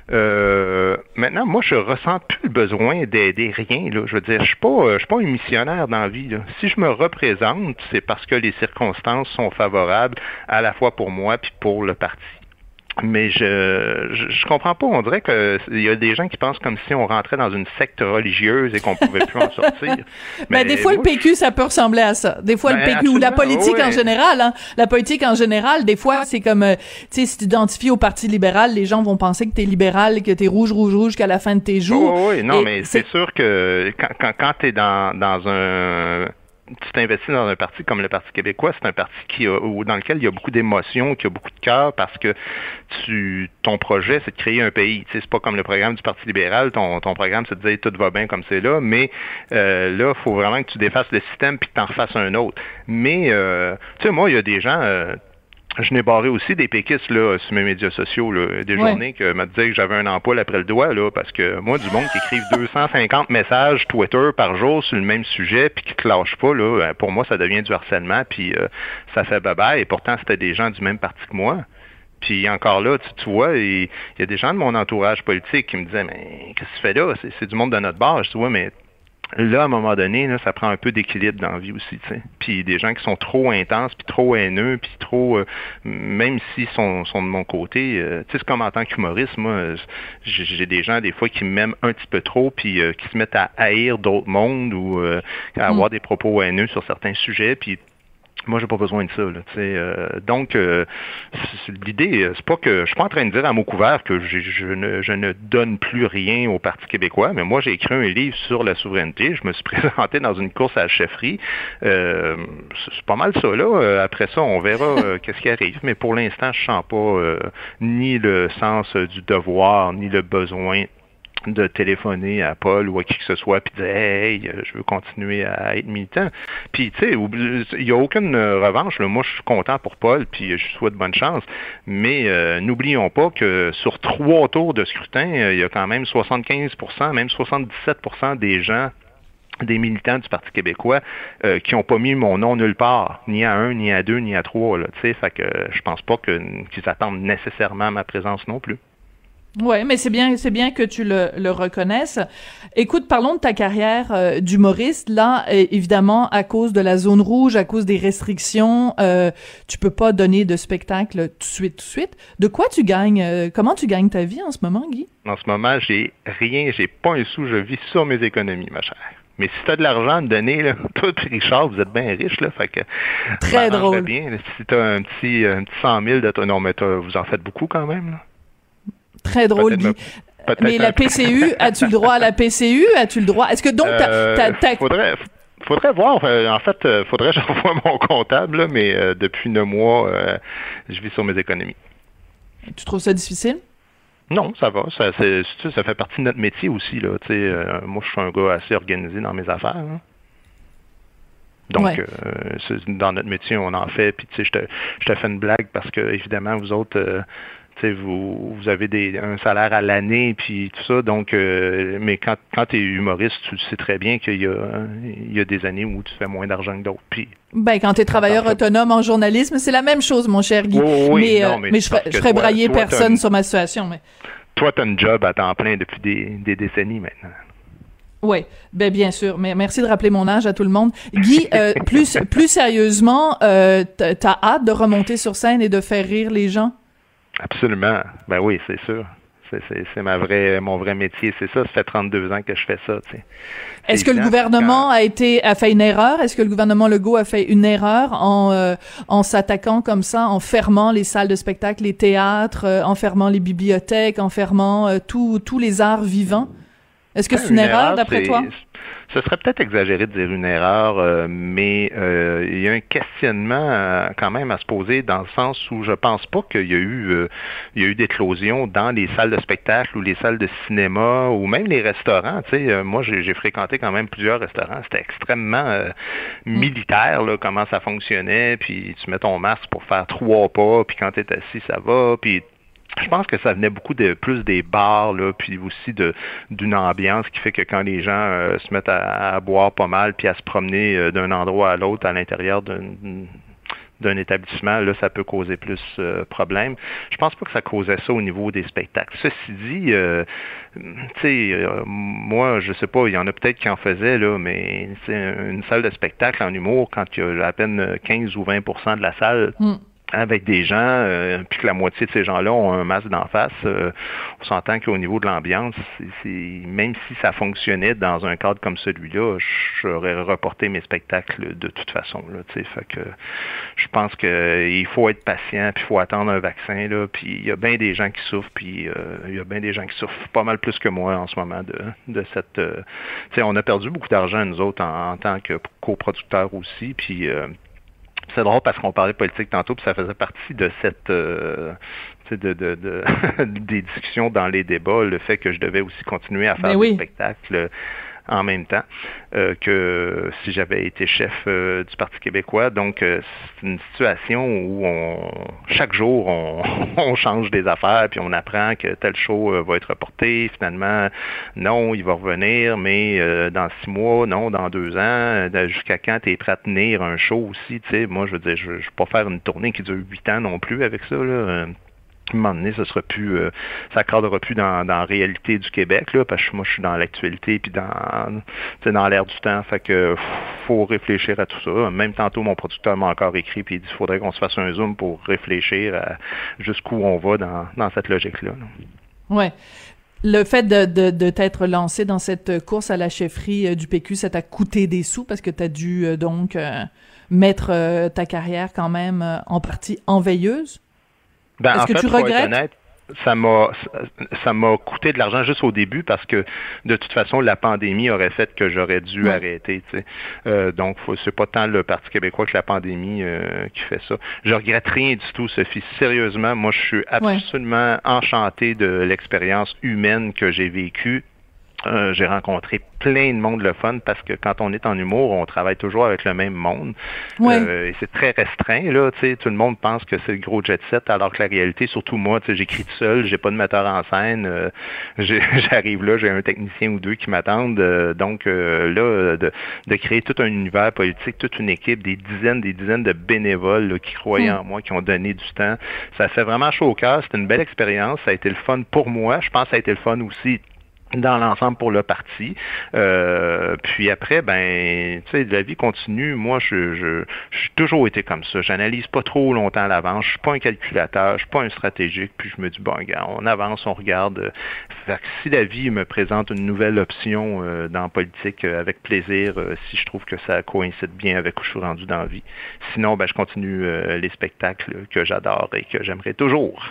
Euh, maintenant, moi, je ressens plus le besoin d'aider rien, là. Je veux dire, je suis pas, je suis pas un missionnaire dans la vie, là. Si je me représente, c'est parce que les circonstances sont favorables à la fois pour moi puis pour le parti. Mais je, je je comprends pas. On dirait que il y a des gens qui pensent comme si on rentrait dans une secte religieuse et qu'on pouvait plus en sortir. Mais ben, des fois, moi, le P Q, ça peut ressembler à ça. Des fois, ben, le P Q ou la politique ouais. en général. Hein, la politique en général, des fois, c'est comme, euh, tu sais, si tu t'identifies au Parti libéral, les gens vont penser que t'es libéral, que t'es rouge, rouge, rouge, qu'à la fin de tes jours. Oh, oui, non, et mais c'est... c'est sûr que quand quand, quand t'es dans dans un tu t'investis dans un parti comme le Parti québécois, c'est un parti qui a, dans lequel il y a beaucoup d'émotions, qui a beaucoup de cœur, parce que tu, ton projet, c'est de créer un pays. Tu sais, c'est pas comme le programme du Parti libéral. Ton, ton programme, c'est de dire tout va bien comme c'est là, mais euh, là, il faut vraiment que tu défasses le système puis que tu en fasses un autre. Mais, euh, tu sais, moi, il y a des gens... Euh, je n'ai barré aussi des péquistes là, sur mes médias sociaux, là, des ouais. journées que me disaient que j'avais un empoil après le doigt, là, parce que moi, du monde qui écrivent deux cent cinquante messages Twitter par jour sur le même sujet, puis qui te lâchent pas, là, pour moi, ça devient du harcèlement, puis euh, ça fait baba, et pourtant, c'était des gens du même parti que moi. Puis encore là, tu, tu vois, il y a des gens de mon entourage politique qui me disaient, mais qu'est-ce que tu fais là? C'est, c'est du monde de notre bord. Je dis, ouais, mais là, à un moment donné, là, ça prend un peu d'équilibre dans la vie aussi, tu sais. Puis des gens qui sont trop intenses, puis trop haineux, puis trop, euh, même s'ils sont, sont de mon côté, euh, tu sais, c'est comme en tant qu'humoriste, moi, j'ai, j'ai des gens des fois qui m'aiment un petit peu trop, puis euh, qui se mettent à haïr d'autres mondes ou euh, à avoir mm. des propos haineux sur certains sujets, puis moi, j'ai pas besoin de ça, là, tu sais. Euh, donc, euh, c'est, l'idée, c'est pas que je suis pas en train de dire à mot couvert que j'ai, je, ne, je ne donne plus rien au Parti québécois, mais moi, j'ai écrit un livre sur la souveraineté. Je me suis présenté dans une course à la chefferie. Euh, c'est pas mal ça, là. Après ça, on verra euh, qu'est-ce qui arrive. Mais pour l'instant, je sens pas euh, ni le sens du devoir, ni le besoin de téléphoner à Paul ou à qui que ce soit puis dire hey, je veux continuer à être militant. Puis tu sais, il n'y a aucune revanche. Là. Moi, je suis content pour Paul puis je lui souhaite bonne chance. Mais euh, n'oublions pas que sur trois tours de scrutin, il y a quand même soixante-quinze pour cent, même soixante-dix-sept pour cent des gens, des militants du Parti québécois euh, qui n'ont pas mis mon nom nulle part, ni à un, ni à deux, ni à trois. Là, fait que je pense pas que, qu'ils attendent nécessairement ma présence non plus. Ouais, mais c'est bien, c'est bien que tu le, le reconnaisses. Écoute, parlons de ta carrière euh, d'humoriste. Là, euh, évidemment, à cause de la zone rouge, à cause des restrictions, euh, tu peux pas donner de spectacle tout de suite, tout de suite. De quoi tu gagnes? Euh, comment tu gagnes ta vie en ce moment, Guy? En ce moment, j'ai rien, j'ai pas un sou, je vis sur mes économies, ma chère. Mais si t'as de l'argent à me donner, là, toi et Richard, vous êtes bien riches, là, fait que... Très drôle. Bien, là, si t'as un petit, un petit cent mille de toi, non, mais vous en faites beaucoup quand même, là. Très drôle, Guy. Me, mais la P C U, as-tu le droit à la P C U? As-tu le droit? Est-ce que donc t'as... Euh, t'as, t'as... Faudrait, faudrait voir. Euh, en fait, euh, faudrait que j'envoie mon comptable, là, mais euh, depuis neuf mois, euh, je vis sur mes économies. Tu trouves ça difficile? Non, ça va. Ça, c'est, ça fait partie de notre métier aussi, là. Tu sais, euh, moi, je suis un gars assez organisé dans mes affaires, hein. Donc, ouais. euh, c'est, dans notre métier, on en fait. Puis, tu sais, je te, je te fais une blague parce que, évidemment, vous autres... Euh, Vous, vous avez des, un salaire à l'année, puis tout ça. Donc, euh, mais quand, quand tu es humoriste, tu sais très bien qu'il y a, il y a des années où tu fais moins d'argent que d'autres. Puis, ben, quand tu es travailleur autonome en journalisme, c'est la même chose, mon cher Guy. Oui, oui, mais, non, euh, mais, mais je ferais, je ferais brailler toi, personne une, sur ma situation. Mais... Toi, tu as un job à temps plein depuis des, des décennies maintenant. Oui, ben bien sûr. Mais merci de rappeler mon âge à tout le monde. Guy, euh, plus, plus sérieusement, euh, t'as hâte de remonter sur scène et de faire rire les gens? Absolument. Ben oui, c'est sûr. C'est, c'est, c'est ma vraie, mon vrai métier, c'est ça. Ça fait trente-deux ans que je fais ça. Tu sais. Est-ce que le gouvernement quand... a été a fait une erreur? Est-ce que le gouvernement Legault a fait une erreur en euh, en s'attaquant comme ça, en fermant les salles de spectacle, les théâtres, euh, en fermant les bibliothèques, en fermant euh, tous tous les arts vivants? Est-ce que c'est une, une erreur, erreur d'après toi? Ce serait peut-être exagéré de dire une erreur, euh, mais euh, il y a un questionnement euh, quand même à se poser dans le sens où je pense pas qu'il y a eu euh, il y a eu d'éclosion dans les salles de spectacle ou les salles de cinéma ou même les restaurants. Tu sais, euh, moi j'ai, j'ai fréquenté quand même plusieurs restaurants. C'était extrêmement euh, militaire là, comment ça fonctionnait. Puis tu mets ton masque pour faire trois pas, puis quand t'es assis ça va, puis je pense que ça venait beaucoup de plus des bars, là, puis aussi de d'une ambiance qui fait que quand les gens euh, se mettent à, à boire pas mal puis à se promener euh, d'un endroit à l'autre à l'intérieur d'un, d'un établissement, là, ça peut causer plus euh, problème. Je pense pas que ça causait ça au niveau des spectacles. Ceci dit, euh, tu sais, euh, moi, je sais pas, il y en a peut-être qui en faisaient, là, mais une salle de spectacle en humour, quand il y a à peine quinze ou vingt pour cent de la salle... Mm. Avec des gens, euh, puis que la moitié de ces gens-là ont un masque d'en face, euh, on s'entend qu'au niveau de l'ambiance, c'est, c'est, même si ça fonctionnait dans un cadre comme celui-là, j'aurais reporté mes spectacles de toute façon. Là, fait que je pense qu'il faut être patient, puis il faut attendre un vaccin. Là, puis il y a bien des gens qui souffrent, puis euh, il y a bien des gens qui souffrent pas mal plus que moi en ce moment de, de cette... Euh, on a perdu beaucoup d'argent, nous autres, en, en tant que coproducteurs aussi, puis... Euh, c'est drôle parce qu'on parlait politique tantôt, puis ça faisait partie de cette euh, de, de, de des discussions dans les débats, le fait que je devais aussi continuer à faire ben des oui. spectacles en même temps euh, que si j'avais été chef euh, du Parti québécois. Donc, euh, c'est une situation où on chaque jour, on, on change des affaires, puis on apprend que tel show euh, va être reporté. Finalement, non, il va revenir, mais euh, dans six mois, non, dans deux ans, euh, jusqu'à quand tu es prêt à tenir un show aussi, tu sais. Moi, je veux dire, je ne vais pas faire une tournée qui dure huit ans non plus avec ça, là. À un moment donné, ça sera plus, euh, ça cadrera plus dans, dans la réalité du Québec, là, parce que moi, je suis dans l'actualité puis dans, dans l'air du temps. Fait que faut réfléchir à tout ça. Même tantôt, mon producteur m'a encore écrit puis il dit qu'il faudrait qu'on se fasse un zoom pour réfléchir à jusqu'où on va dans, dans cette logique-là. Là. Ouais. Le fait de, de, de t'être lancé dans cette course à la chefferie euh, du P Q, ça t'a coûté des sous parce que t'as dû euh, donc euh, mettre euh, ta carrière quand même euh, en partie en veilleuse? Ben, Est-ce en que fait, tu regrettes? Honnête, ça m'a ça m'a coûté de l'argent juste au début parce que de toute façon la pandémie aurait fait que j'aurais dû ouais. arrêter. Tu sais. Euh, donc faut, c'est pas tant le Parti québécois que la pandémie euh, qui fait ça. Je regrette rien du tout, Sophie. Sérieusement, moi je suis absolument ouais. enchanté de l'expérience humaine que j'ai vécue. Euh, j'ai rencontré plein de monde le fun parce que quand on est en humour, on travaille toujours avec le même monde. Ouais. Euh, et c'est très restreint, là, tu sais, tout le monde pense que c'est le gros jet set, alors que la réalité, surtout moi, tu sais, j'écris tout seul, j'ai pas de metteur en scène, euh, j'ai, j'arrive là, j'ai un technicien ou deux qui m'attendent, euh, donc euh, là, de, de créer tout un univers politique, toute une équipe, des dizaines, des dizaines de bénévoles là, qui croyaient mmh. en moi, qui ont donné du temps, ça fait vraiment chaud au cœur, c'est une belle expérience, ça a été le fun pour moi, je pense que ça a été le fun aussi dans l'ensemble pour le parti. Euh, puis après, ben, tu sais, la vie continue. Moi, je, je, j'ai toujours été comme ça. J'analyse pas trop longtemps à l'avance. Je suis pas un calculateur. Je suis pas un stratégique. Puis je me dis, bon, regarde, on avance, on regarde. Fait que si la vie me présente une nouvelle option euh, dans la politique, euh, avec plaisir, euh, si je trouve que ça coïncide bien avec où je suis rendu dans la vie. Sinon, ben, je continue euh, les spectacles que j'adore et que j'aimerais toujours.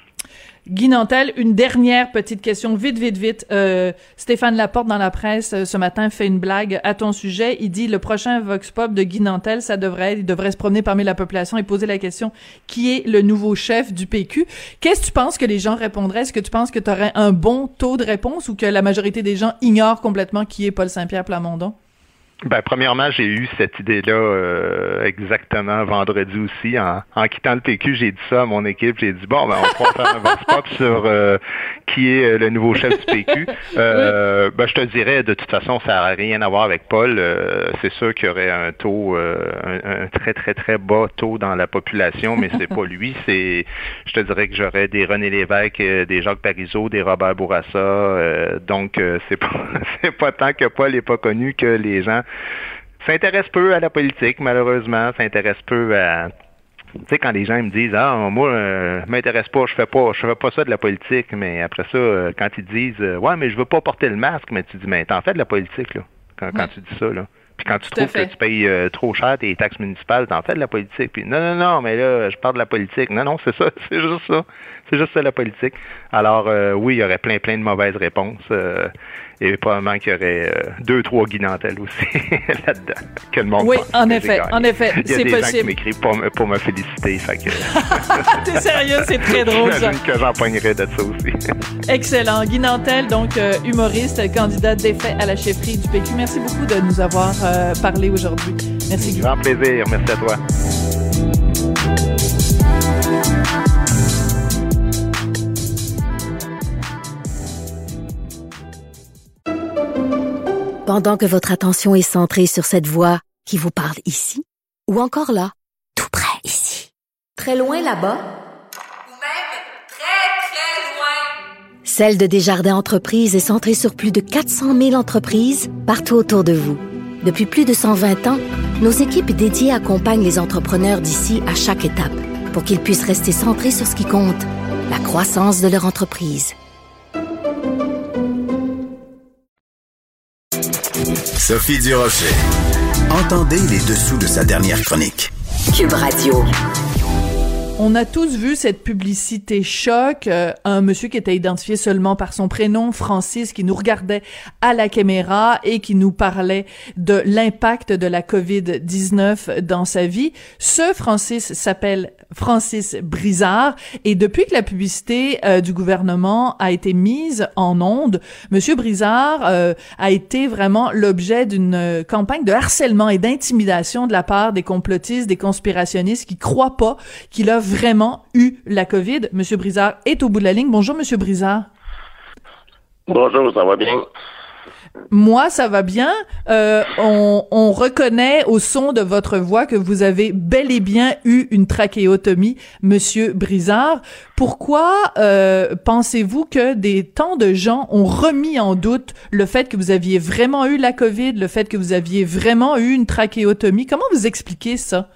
Guy Nantel, une dernière petite question, vite, vite, vite. Euh, Stéphane Laporte, dans la presse, euh, ce matin, fait une blague à ton sujet. Il dit, le prochain Vox Pop de Guy Nantel, ça devrait être, il devrait se promener parmi la population et poser la question, qui est le nouveau chef du P Q? Qu'est-ce que tu penses que les gens répondraient? Est-ce que tu penses que tu aurais un bon taux de réponse ou que la majorité des gens ignorent complètement qui est Paul Saint-Pierre Plamondon? Ben, premièrement, j'ai eu cette idée-là euh, exactement vendredi aussi. En, en quittant le P Q, j'ai dit ça à mon équipe. J'ai dit, bon, ben, on va faire un vox pop sur euh, qui est le nouveau chef du P Q. Euh, ben, je te dirais, de toute façon, ça n'a rien à voir avec Paul. Euh, c'est sûr qu'il y aurait un taux, euh, un, un très, très, très bas taux dans la population, mais c'est pas lui. C'est, je te dirais que j'aurais des René Lévesque, des Jacques Parizeau, des Robert Bourassa. Euh, donc, euh, c'est pas, c'est pas tant que Paul n'est pas connu que les gens s'intéresse peu à la politique, malheureusement, s'intéresse peu à... Tu sais, quand les gens me disent « Ah, moi, euh, je m'intéresse pas, je fais pas je fais pas ça de la politique », mais après ça, euh, quand ils disent « Ouais, mais je veux pas porter le masque », mais tu dis « Mais t'en fais de la politique, là, quand, quand ouais. tu dis ça, là. » Puis quand tu Tout trouves que tu payes euh, trop cher tes taxes municipales, t'en fais de la politique. Puis non, non, non, mais là, je parle de la politique. Non, non, c'est ça, c'est juste ça. C'est juste ça, la politique. Alors, euh, oui, il y aurait plein, plein de mauvaises réponses. Euh, et probablement qu'il y aurait euh, deux, trois Guy Nantel aussi là-dedans. Que le monde oui, en effet, en effet, c'est possible. Il y a c'est des possible. gens qui m'écrivent pour, me, pour me féliciter. Fait que... T'es sérieux, c'est très drôle, ça. J'imagine que j'en pognerais de ça aussi. Excellent. Guy Nantel, donc euh, humoriste, candidat défait à la chefferie du P Q. Merci beaucoup de nous avoir euh, parlé aujourd'hui. Merci, Guy. Grand plaisir. Merci à toi. Pendant que votre attention est centrée sur cette voix qui vous parle ici, ou encore là, tout près ici, très loin là-bas, ou même très, très loin, Celle de Desjardins Entreprises est centrée sur plus de quatre cent mille entreprises partout autour de vous. Depuis plus de cent vingt ans, nos équipes dédiées accompagnent les entrepreneurs d'ici à chaque étape pour qu'ils puissent rester centrés sur ce qui compte, la croissance de leur entreprise. Sophie Durocher. Entendez les dessous de sa dernière chronique. Cube Radio. On a tous vu cette publicité choc, euh, un monsieur qui était identifié seulement par son prénom, Francis, qui nous regardait à la caméra et qui nous parlait de l'impact de la covid dix-neuf dans sa vie. Ce Francis s'appelle Francis Brizard et depuis que la publicité euh, du gouvernement a été mise en onde, monsieur Brizard euh, a été vraiment l'objet d'une euh, campagne de harcèlement et d'intimidation de la part des complotistes, des conspirationnistes qui croient pas qu'il a vraiment eu la COVID. Monsieur Brizard est au bout de la ligne. Bonjour, Monsieur Brizard. Bonjour, ça va bien? Moi, ça va bien. Euh, on, on reconnaît au son de votre voix que vous avez bel et bien eu une trachéotomie, Monsieur Brizard. Pourquoi euh, pensez-vous que des tant de gens ont remis en doute le fait que vous aviez vraiment eu la COVID, le fait que vous aviez vraiment eu une trachéotomie? Comment vous expliquez ça?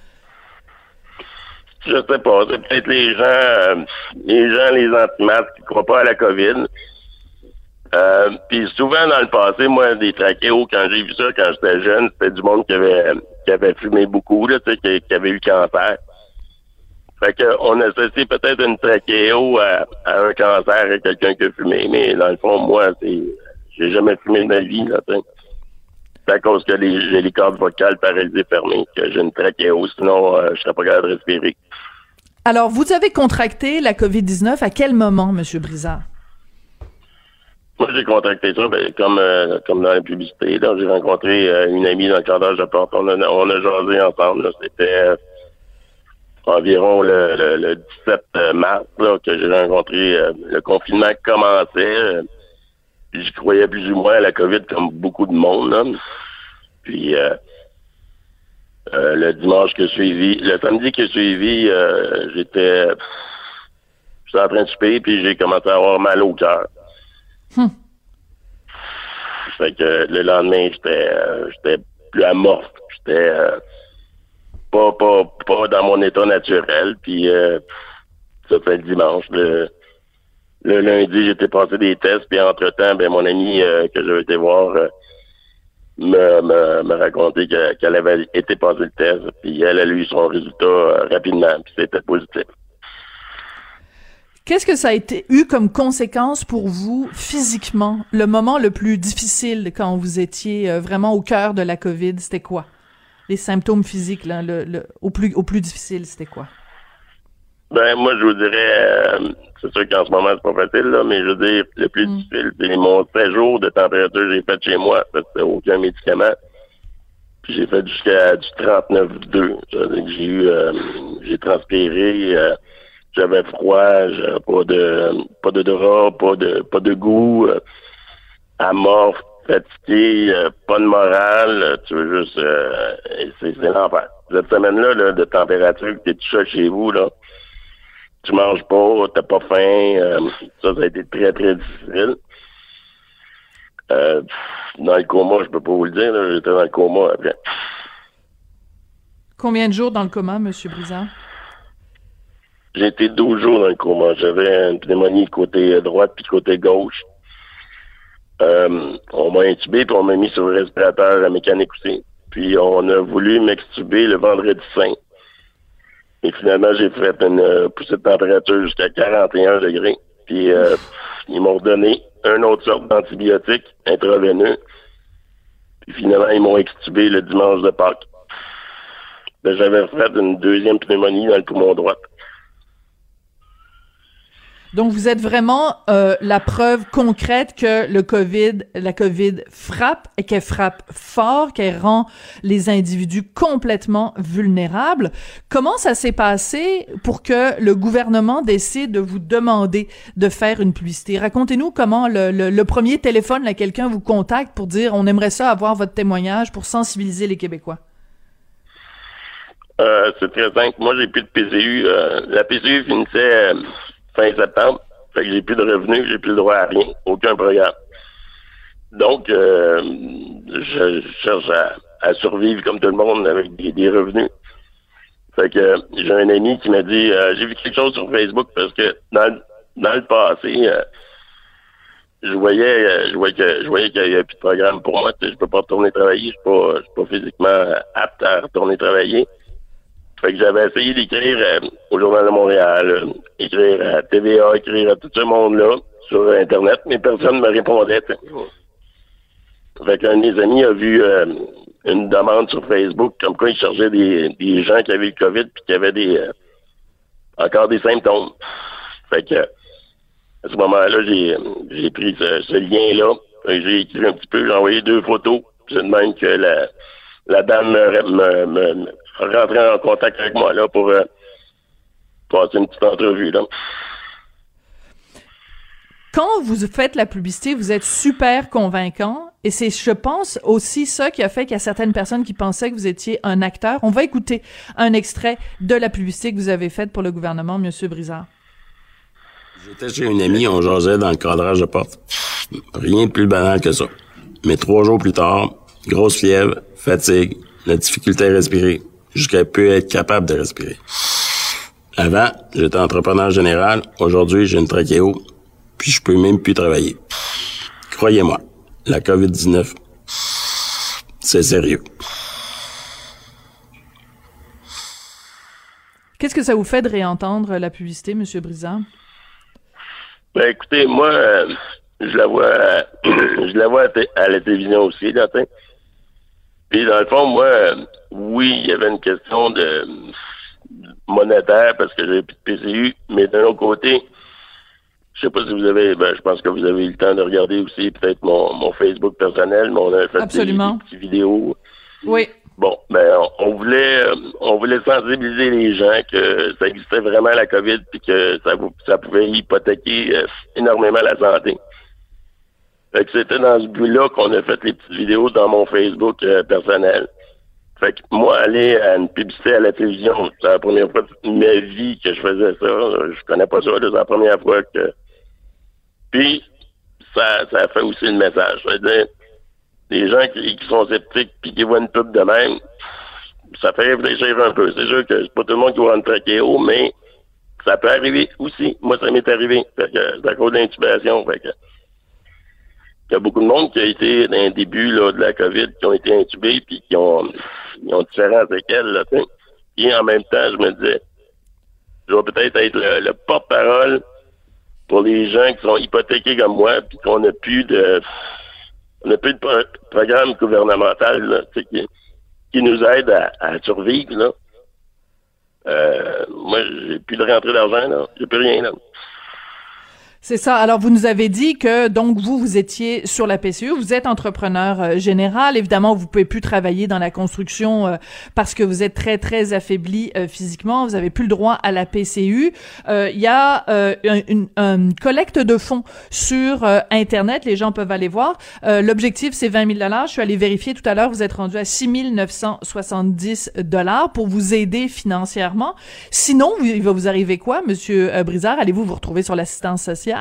Je sais pas, c'est peut-être les gens, euh, les gens, les anti-masques qui croient pas à la COVID. Euh, puis souvent dans le passé, moi, des trachéos, quand j'ai vu ça, quand j'étais jeune, c'était du monde qui avait qui avait fumé beaucoup, là, tu sais, qui, qui avait eu cancer. Fait que on associe peut-être une trachéo à, à un cancer à quelqu'un qui a fumé, mais dans le fond, moi, c'est j'ai jamais fumé de ma vie, là, tu sais. C'est à cause que les, j'ai les cordes vocales paralysées fermées, que j'ai une trachéo, sinon euh, je serais pas capable de respirer. Alors, vous avez contracté la covid dix-neuf à quel moment, Monsieur Brizard? moi, j'ai contracté ça, ben, comme, euh, comme dans la publicité. Là, j'ai rencontré euh, une amie dans le cadrage de porte. On a, on a jasé ensemble. Là. C'était euh, environ le, le, le dix-sept mars là, que j'ai rencontré. Euh, le confinement commençait. Euh, j'y croyais plus ou moins à la COVID comme beaucoup de monde. Là. Puis euh, euh, le dimanche que suivi, le samedi que suivi, euh, j'étais, j'étais en train de souper, puis j'ai commencé à avoir mal au cœur. Hum. Fait que le lendemain, j'étais euh, j'étais plus amorphe. J'étais euh, pas, pas, pas dans mon état naturel. Puis euh, ça fait le dimanche. Le, le lundi, j'étais passé des tests. Puis entre-temps, ben mon amie euh, que j'avais été voir euh, me, me, me racontait que, qu'elle avait été passé le test. Puis elle a eu son résultat euh, rapidement. Puis c'était positif. Qu'est-ce que ça a été eu comme conséquence pour vous physiquement? Le moment le plus difficile quand vous étiez euh, vraiment au cœur de la COVID, c'était quoi? Les symptômes physiques, là, le, le, au plus au plus difficile, c'était quoi? Ben moi je vous dirais, euh, c'est sûr qu'en ce moment c'est pas facile, là, mais je veux dire, le plus mm. difficile, c'est mon séjour de température que j'ai fait chez moi, parce que c'était aucun médicament. Puis j'ai fait jusqu'à du trente-neuf virgule deux. C'est-à-dire que j'ai eu euh, j'ai transpiré. Euh, J'avais froid, j'avais pas de pas de drap, pas de pas de goût, euh, amorphe, fatigué, euh, pas de morale, euh, tu veux juste euh, c'est, c'est l'enfer. Cette semaine-là, là, de température, que t'es tout seul chez vous, là, tu manges pas, t'as pas faim, euh, ça, ça a été très, très difficile. Euh, dans le coma, je peux pas vous le dire, là, j'étais dans le coma après. Combien de jours dans le coma, M. Brizard? J'ai été douze jours dans le coma. J'avais une pneumonie côté droite puis côté gauche. Euh, on m'a intubé puis on m'a mis sur le respirateur mécanique aussi. Puis on a voulu m'extuber le vendredi saint. Et finalement, j'ai fait une euh, poussée de température jusqu'à quarante et un degrés. Puis euh, ils m'ont donné une autre sorte d'antibiotique intraveineux. Puis finalement, ils m'ont extubé le dimanche de Pâques. Ben, j'avais fait une deuxième pneumonie dans le poumon droit. Donc, vous êtes vraiment euh, la preuve concrète que le COVID, la COVID frappe et qu'elle frappe fort, qu'elle rend les individus complètement vulnérables. Comment ça s'est passé pour que le gouvernement décide de vous demander de faire une publicité? Racontez-nous comment le, le, le premier téléphone, là, quelqu'un vous contacte pour dire « on aimerait ça avoir votre témoignage pour sensibiliser les Québécois ». Euh, c'est très simple. Moi, j'ai plus de P C U. Euh, la P C U finissait... Euh, fin septembre, fait que j'ai plus de revenus, j'ai plus le droit à rien, aucun programme. Donc, euh, je, je cherche à, à survivre comme tout le monde avec des, des revenus. Fait que j'ai un ami qui m'a dit, euh, j'ai vu quelque chose sur Facebook parce que dans, dans le passé, euh, je voyais, euh, je voyais que je voyais qu'il y avait plus de programme pour moi. Tu sais, je peux pas retourner travailler, je suis pas, je suis pas physiquement apte à retourner travailler. Fait que j'avais essayé d'écrire euh, au Journal de Montréal, euh, écrire à T V A, écrire à tout ce monde-là sur Internet, mais personne ne me répondait. T'sais. Fait qu'un de mes amis a vu euh, une demande sur Facebook comme quoi il cherchait des, des gens qui avaient le COVID puis qui avaient des euh, encore des symptômes. Fait que à ce moment-là, j'ai j'ai pris ce, ce lien-là. Fait que j'ai écrit un petit peu, j'ai envoyé deux photos. C'est de même que la, la dame me, me, me, me rentrer en contact avec moi là pour euh, passer une petite entrevue là. Quand vous faites la publicité, vous êtes super convaincant et c'est, je pense, aussi ça qui a fait qu'il y a certaines personnes qui pensaient que vous étiez un acteur. On va écouter un extrait de la publicité que vous avez faite pour le gouvernement, M. Brizard. J'étais chez une amie, on jasait dans le cadrage de porte. Rien de plus banal que ça. Mais trois jours plus tard, grosse fièvre, fatigue, la difficulté à respirer, jusqu'à peu être capable de respirer. Avant, j'étais entrepreneur général. Aujourd'hui, j'ai une trachéo, puis je peux même plus travailler. Croyez-moi, la covid dix-neuf, c'est sérieux. Qu'est-ce que ça vous fait de réentendre la publicité, M. Brizard? Ben écoutez, moi, euh, je la vois, euh, je la vois à, t- à la télévision aussi, là, t'sais. Puis dans le fond, moi, euh, oui, il y avait une question de monétaire parce que j'avais plus de P C U, mais d'un autre côté, je sais pas si vous avez, ben, je pense que vous avez eu le temps de regarder aussi peut-être mon, mon Facebook personnel, mais on a fait des, des petites vidéos. Oui. Bon, ben, on, on voulait, on voulait sensibiliser les gens que ça existait vraiment la COVID puis que ça, ça pouvait hypothéquer euh, énormément la santé. Fait que c'était dans ce but-là qu'on a fait les petites vidéos dans mon Facebook euh, personnel. Fait que moi, aller à une publicité à la télévision, c'est la première fois de ma vie que je faisais ça. Je connais pas ça, c'est la première fois que... Puis, ça, ça fait aussi le message. Je veux dire, les gens qui, qui sont sceptiques puis qui voient une pub de même, ça fait réfléchir un peu. C'est sûr que c'est pas tout le monde qui va rentrer trachéo, mais ça peut arriver aussi. Moi, ça m'est arrivé. Fait que c'est à cause d'intubation. Fait que il y a beaucoup de monde qui a été dans le début là, de la COVID, qui ont été intubés puis qui ont, ils ont différents séquelles. Là, t'sais. Et en même temps, je me disais, je vais peut-être être le, le porte-parole pour les gens qui sont hypothéqués comme moi puis qu'on n'a plus de on n'a plus de pro- programme gouvernemental là, qui, qui nous aide à, à survivre. Là. Euh, moi, j'ai plus de rentrée d'argent, là. J'ai plus rien, là. C'est ça. Alors, vous nous avez dit que, donc, vous, vous étiez sur la P C U, vous êtes entrepreneur euh, général. Évidemment, vous pouvez plus travailler dans la construction euh, parce que vous êtes très, très affaibli euh, physiquement. Vous avez plus le droit à la P C U. Euh, Il y a euh, une, une collecte de fonds sur euh, Internet. Les gens peuvent aller voir. Euh, l'objectif, c'est vingt mille dollars. Je suis allée vérifier tout à l'heure. Vous êtes rendu à six mille neuf cent soixante-dix dollars pour vous aider financièrement. Sinon, il va vous arriver quoi, Monsieur euh, Brizard? Allez-vous vous retrouver sur l'assistance sociale?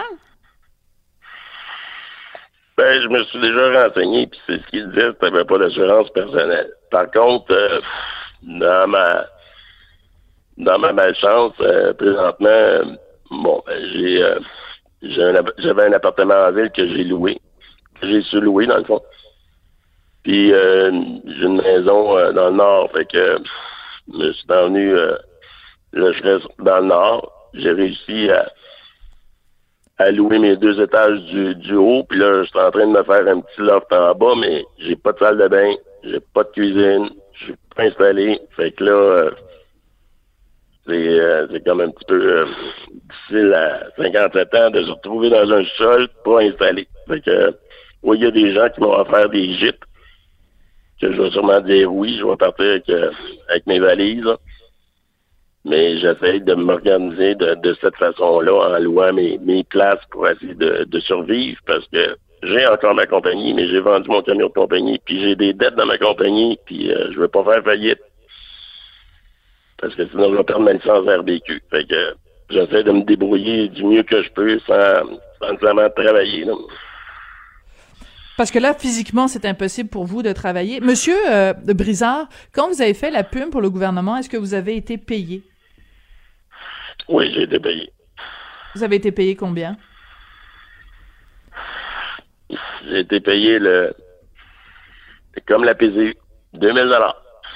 Ben, je me suis déjà renseigné, puis c'est ce qu'il disait, tu n'avais pas d'assurance personnelle. Par contre, euh, dans ma dans ma malchance, euh, présentement, euh, bon, ben, j'ai, euh, j'ai un, j'avais un appartement en ville que j'ai loué, que j'ai sous-loué, dans le fond. Puis euh, j'ai une maison euh, dans le nord, fait que euh, je suis envenu, euh, là, je reste dans le nord. J'ai réussi à à louer mes deux étages du, du haut, puis là, je suis en train de me faire un petit loft en bas, mais j'ai pas de salle de bain, j'ai pas de cuisine, je suis pas installé, fait que là, euh, c'est, euh, c'est comme un petit peu euh, difficile à cinquante-sept ans de se retrouver dans un sol pas installé. Fait que, euh, oui, il y a des gens qui m'ont offert des gîtes, que je vais sûrement dire oui, je vais partir avec, euh, avec mes valises, là. Mais j'essaie de m'organiser de, de cette façon-là en louant mes, mes places pour essayer de, de survivre parce que j'ai encore ma compagnie, mais j'ai vendu mon camion de compagnie, puis j'ai des dettes dans ma compagnie, puis euh, je veux pas faire faillite parce que sinon je vais perdre ma licence R B Q. Fait que euh, j'essaie de me débrouiller du mieux que je peux sans, sans nécessairement travailler. Là. Parce que là, physiquement, c'est impossible pour vous de travailler. Monsieur euh, Brizard, quand vous avez fait la pub pour le gouvernement, est-ce que vous avez été payé? Oui, j'ai été payé. Vous avez été payé combien? J'ai été payé le comme la P C U, deux mille dollars.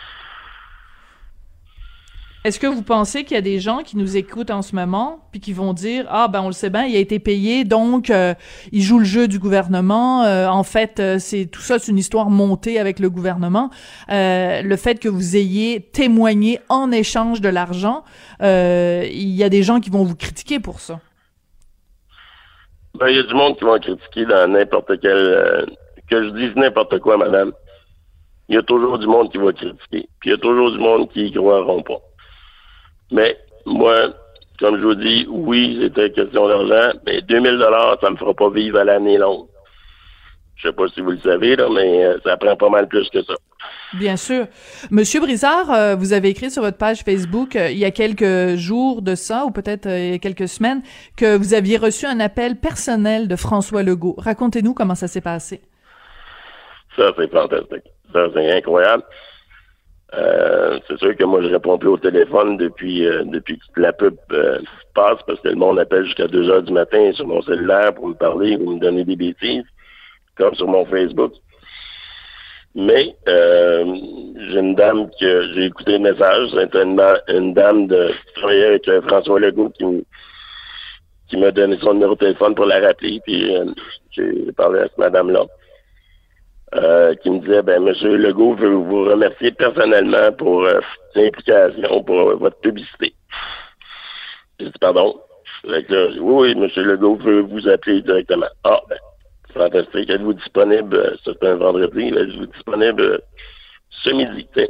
Est-ce que vous pensez qu'il y a des gens qui nous écoutent en ce moment puis qui vont dire ah ben on le sait bien, il a été payé donc euh, il joue le jeu du gouvernement, euh, en fait euh, c'est tout ça c'est une histoire montée avec le gouvernement, euh, le fait que vous ayez témoigné en échange de l'argent, euh, il y a des gens qui vont vous critiquer pour ça. Ben il y a du monde qui va critiquer dans n'importe quel euh, que je dise n'importe quoi, madame. Il y a toujours du monde qui va critiquer, puis il y a toujours du monde qui y croiront pas. Mais moi, comme je vous dis, oui, c'était question d'argent, mais deux mille dollars, ça me fera pas vivre à l'année longue. Je sais pas si vous le savez, là, mais euh, ça prend pas mal plus que ça. Bien sûr. Monsieur Brizard, euh, vous avez écrit sur votre page Facebook euh, il y a quelques jours de ça, ou peut-être euh, il y a quelques semaines, que vous aviez reçu un appel personnel de François Legault. Racontez-nous comment ça s'est passé. Ça, c'est fantastique. Ça, c'est incroyable. Euh, c'est sûr que moi, je réponds plus au téléphone depuis euh, depuis que la pub euh, passe parce que le monde appelle jusqu'à deux heures du matin sur mon cellulaire pour me parler ou me donner des bêtises, comme sur mon Facebook. Mais euh, j'ai une dame que j'ai écouté le message, c'est une, une dame de, qui travaillait avec euh, François Legault qui, qui m'a donné son numéro de téléphone pour la rappeler, puis euh, j'ai parlé à cette madame-là. Euh, qui me disait, ben, Monsieur Legault veut vous remercier personnellement pour euh, l'implication, pour euh, votre publicité. J'ai dit, pardon. Fait que là, oui, oui, M. Legault veut vous appeler directement. Ah, ben, fantastique. Êtes-vous disponible, euh, c'est un vendredi, là, êtes-vous disponible euh, ce midi, t'sais.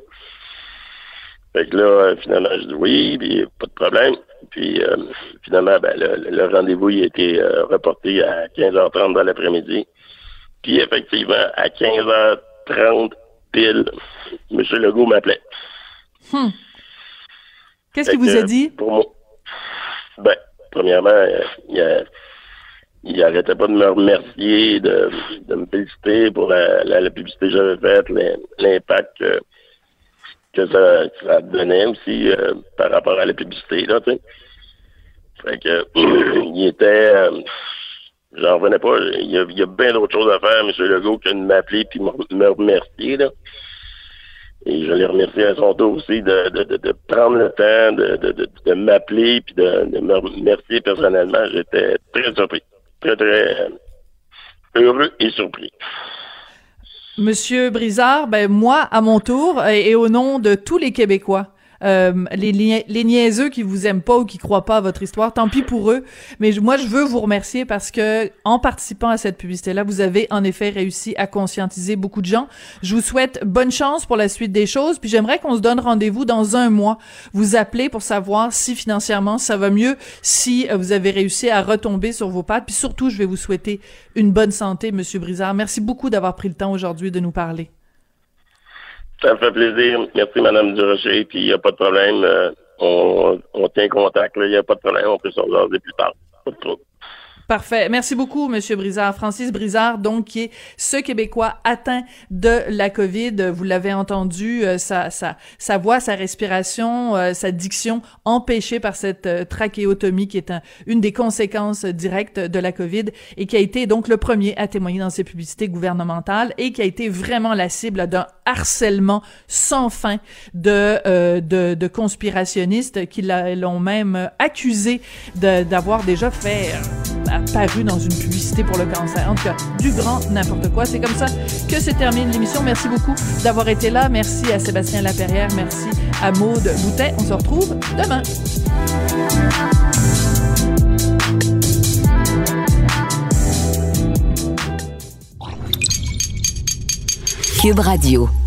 Fait que là, euh, finalement, je dis oui, puis pas de problème. Puis, euh, finalement, ben, le, le rendez-vous, il a été euh, reporté à quinze heures trente dans l'après-midi. Puis, effectivement, à quinze heures trente, pile, M. Legault m'appelait. Hmm. Qu'est-ce qu'il vous a dit? Pour moi, ben, premièrement, euh, il, a, il arrêtait pas de me remercier, de, de me féliciter pour la, la, la publicité que j'avais faite, l'impact que, que ça, que ça donnait aussi euh, par rapport à la publicité, là, tu sais. Fait que, il était... Euh, j'en revenais pas. Il y a, il y a bien d'autres choses à faire, M. Legault, que de m'appeler puis me, me remercier, là. Et je l'ai remercié à son tour aussi de, de, de, de prendre le temps de, de, de, de m'appeler puis de, de me remercier personnellement. J'étais très surpris. Très, très heureux et surpris. Monsieur Brizard, ben moi, à mon tour, et, et au nom de tous les Québécois, Euh, les, les niaiseux qui vous aiment pas ou qui croient pas à votre histoire, tant pis pour eux, mais je, moi je veux vous remercier parce que en participant à cette publicité-là, vous avez en effet réussi à conscientiser beaucoup de gens. Je vous souhaite bonne chance pour la suite des choses, puis j'aimerais qu'on se donne rendez-vous dans un mois. Vous appelez pour savoir si financièrement ça va mieux, si euh, vous avez réussi à retomber sur vos pattes, puis surtout je vais vous souhaiter une bonne santé, Monsieur Brizard. Merci beaucoup d'avoir pris le temps aujourd'hui de nous parler. Ça me fait plaisir. Merci, Mme Durocher. Puis, il n'y a pas de problème. Euh, on, on tient contact. Il n'y a pas de problème. On peut se regarder plus tard. Pas de trouble. Parfait. Merci beaucoup, Monsieur Brizard. Francis Brizard, donc, qui est ce Québécois atteint de la COVID. Vous l'avez entendu, euh, sa, sa, sa voix, sa respiration, euh, sa diction empêchée par cette euh, trachéotomie qui est un, une des conséquences directes de la COVID et qui a été donc le premier à témoigner dans ses publicités gouvernementales et qui a été vraiment la cible d'un harcèlement sans fin de, euh, de, de conspirationnistes qui l'ont même accusé de, d'avoir déjà fait euh, apparu dans une publicité pour le cancer. En tout cas, du grand n'importe quoi. C'est comme ça que se termine l'émission. Merci beaucoup d'avoir été là. Merci à Sébastien Laperrière. Merci à Maude Boutet. On se retrouve demain. Cube Radio.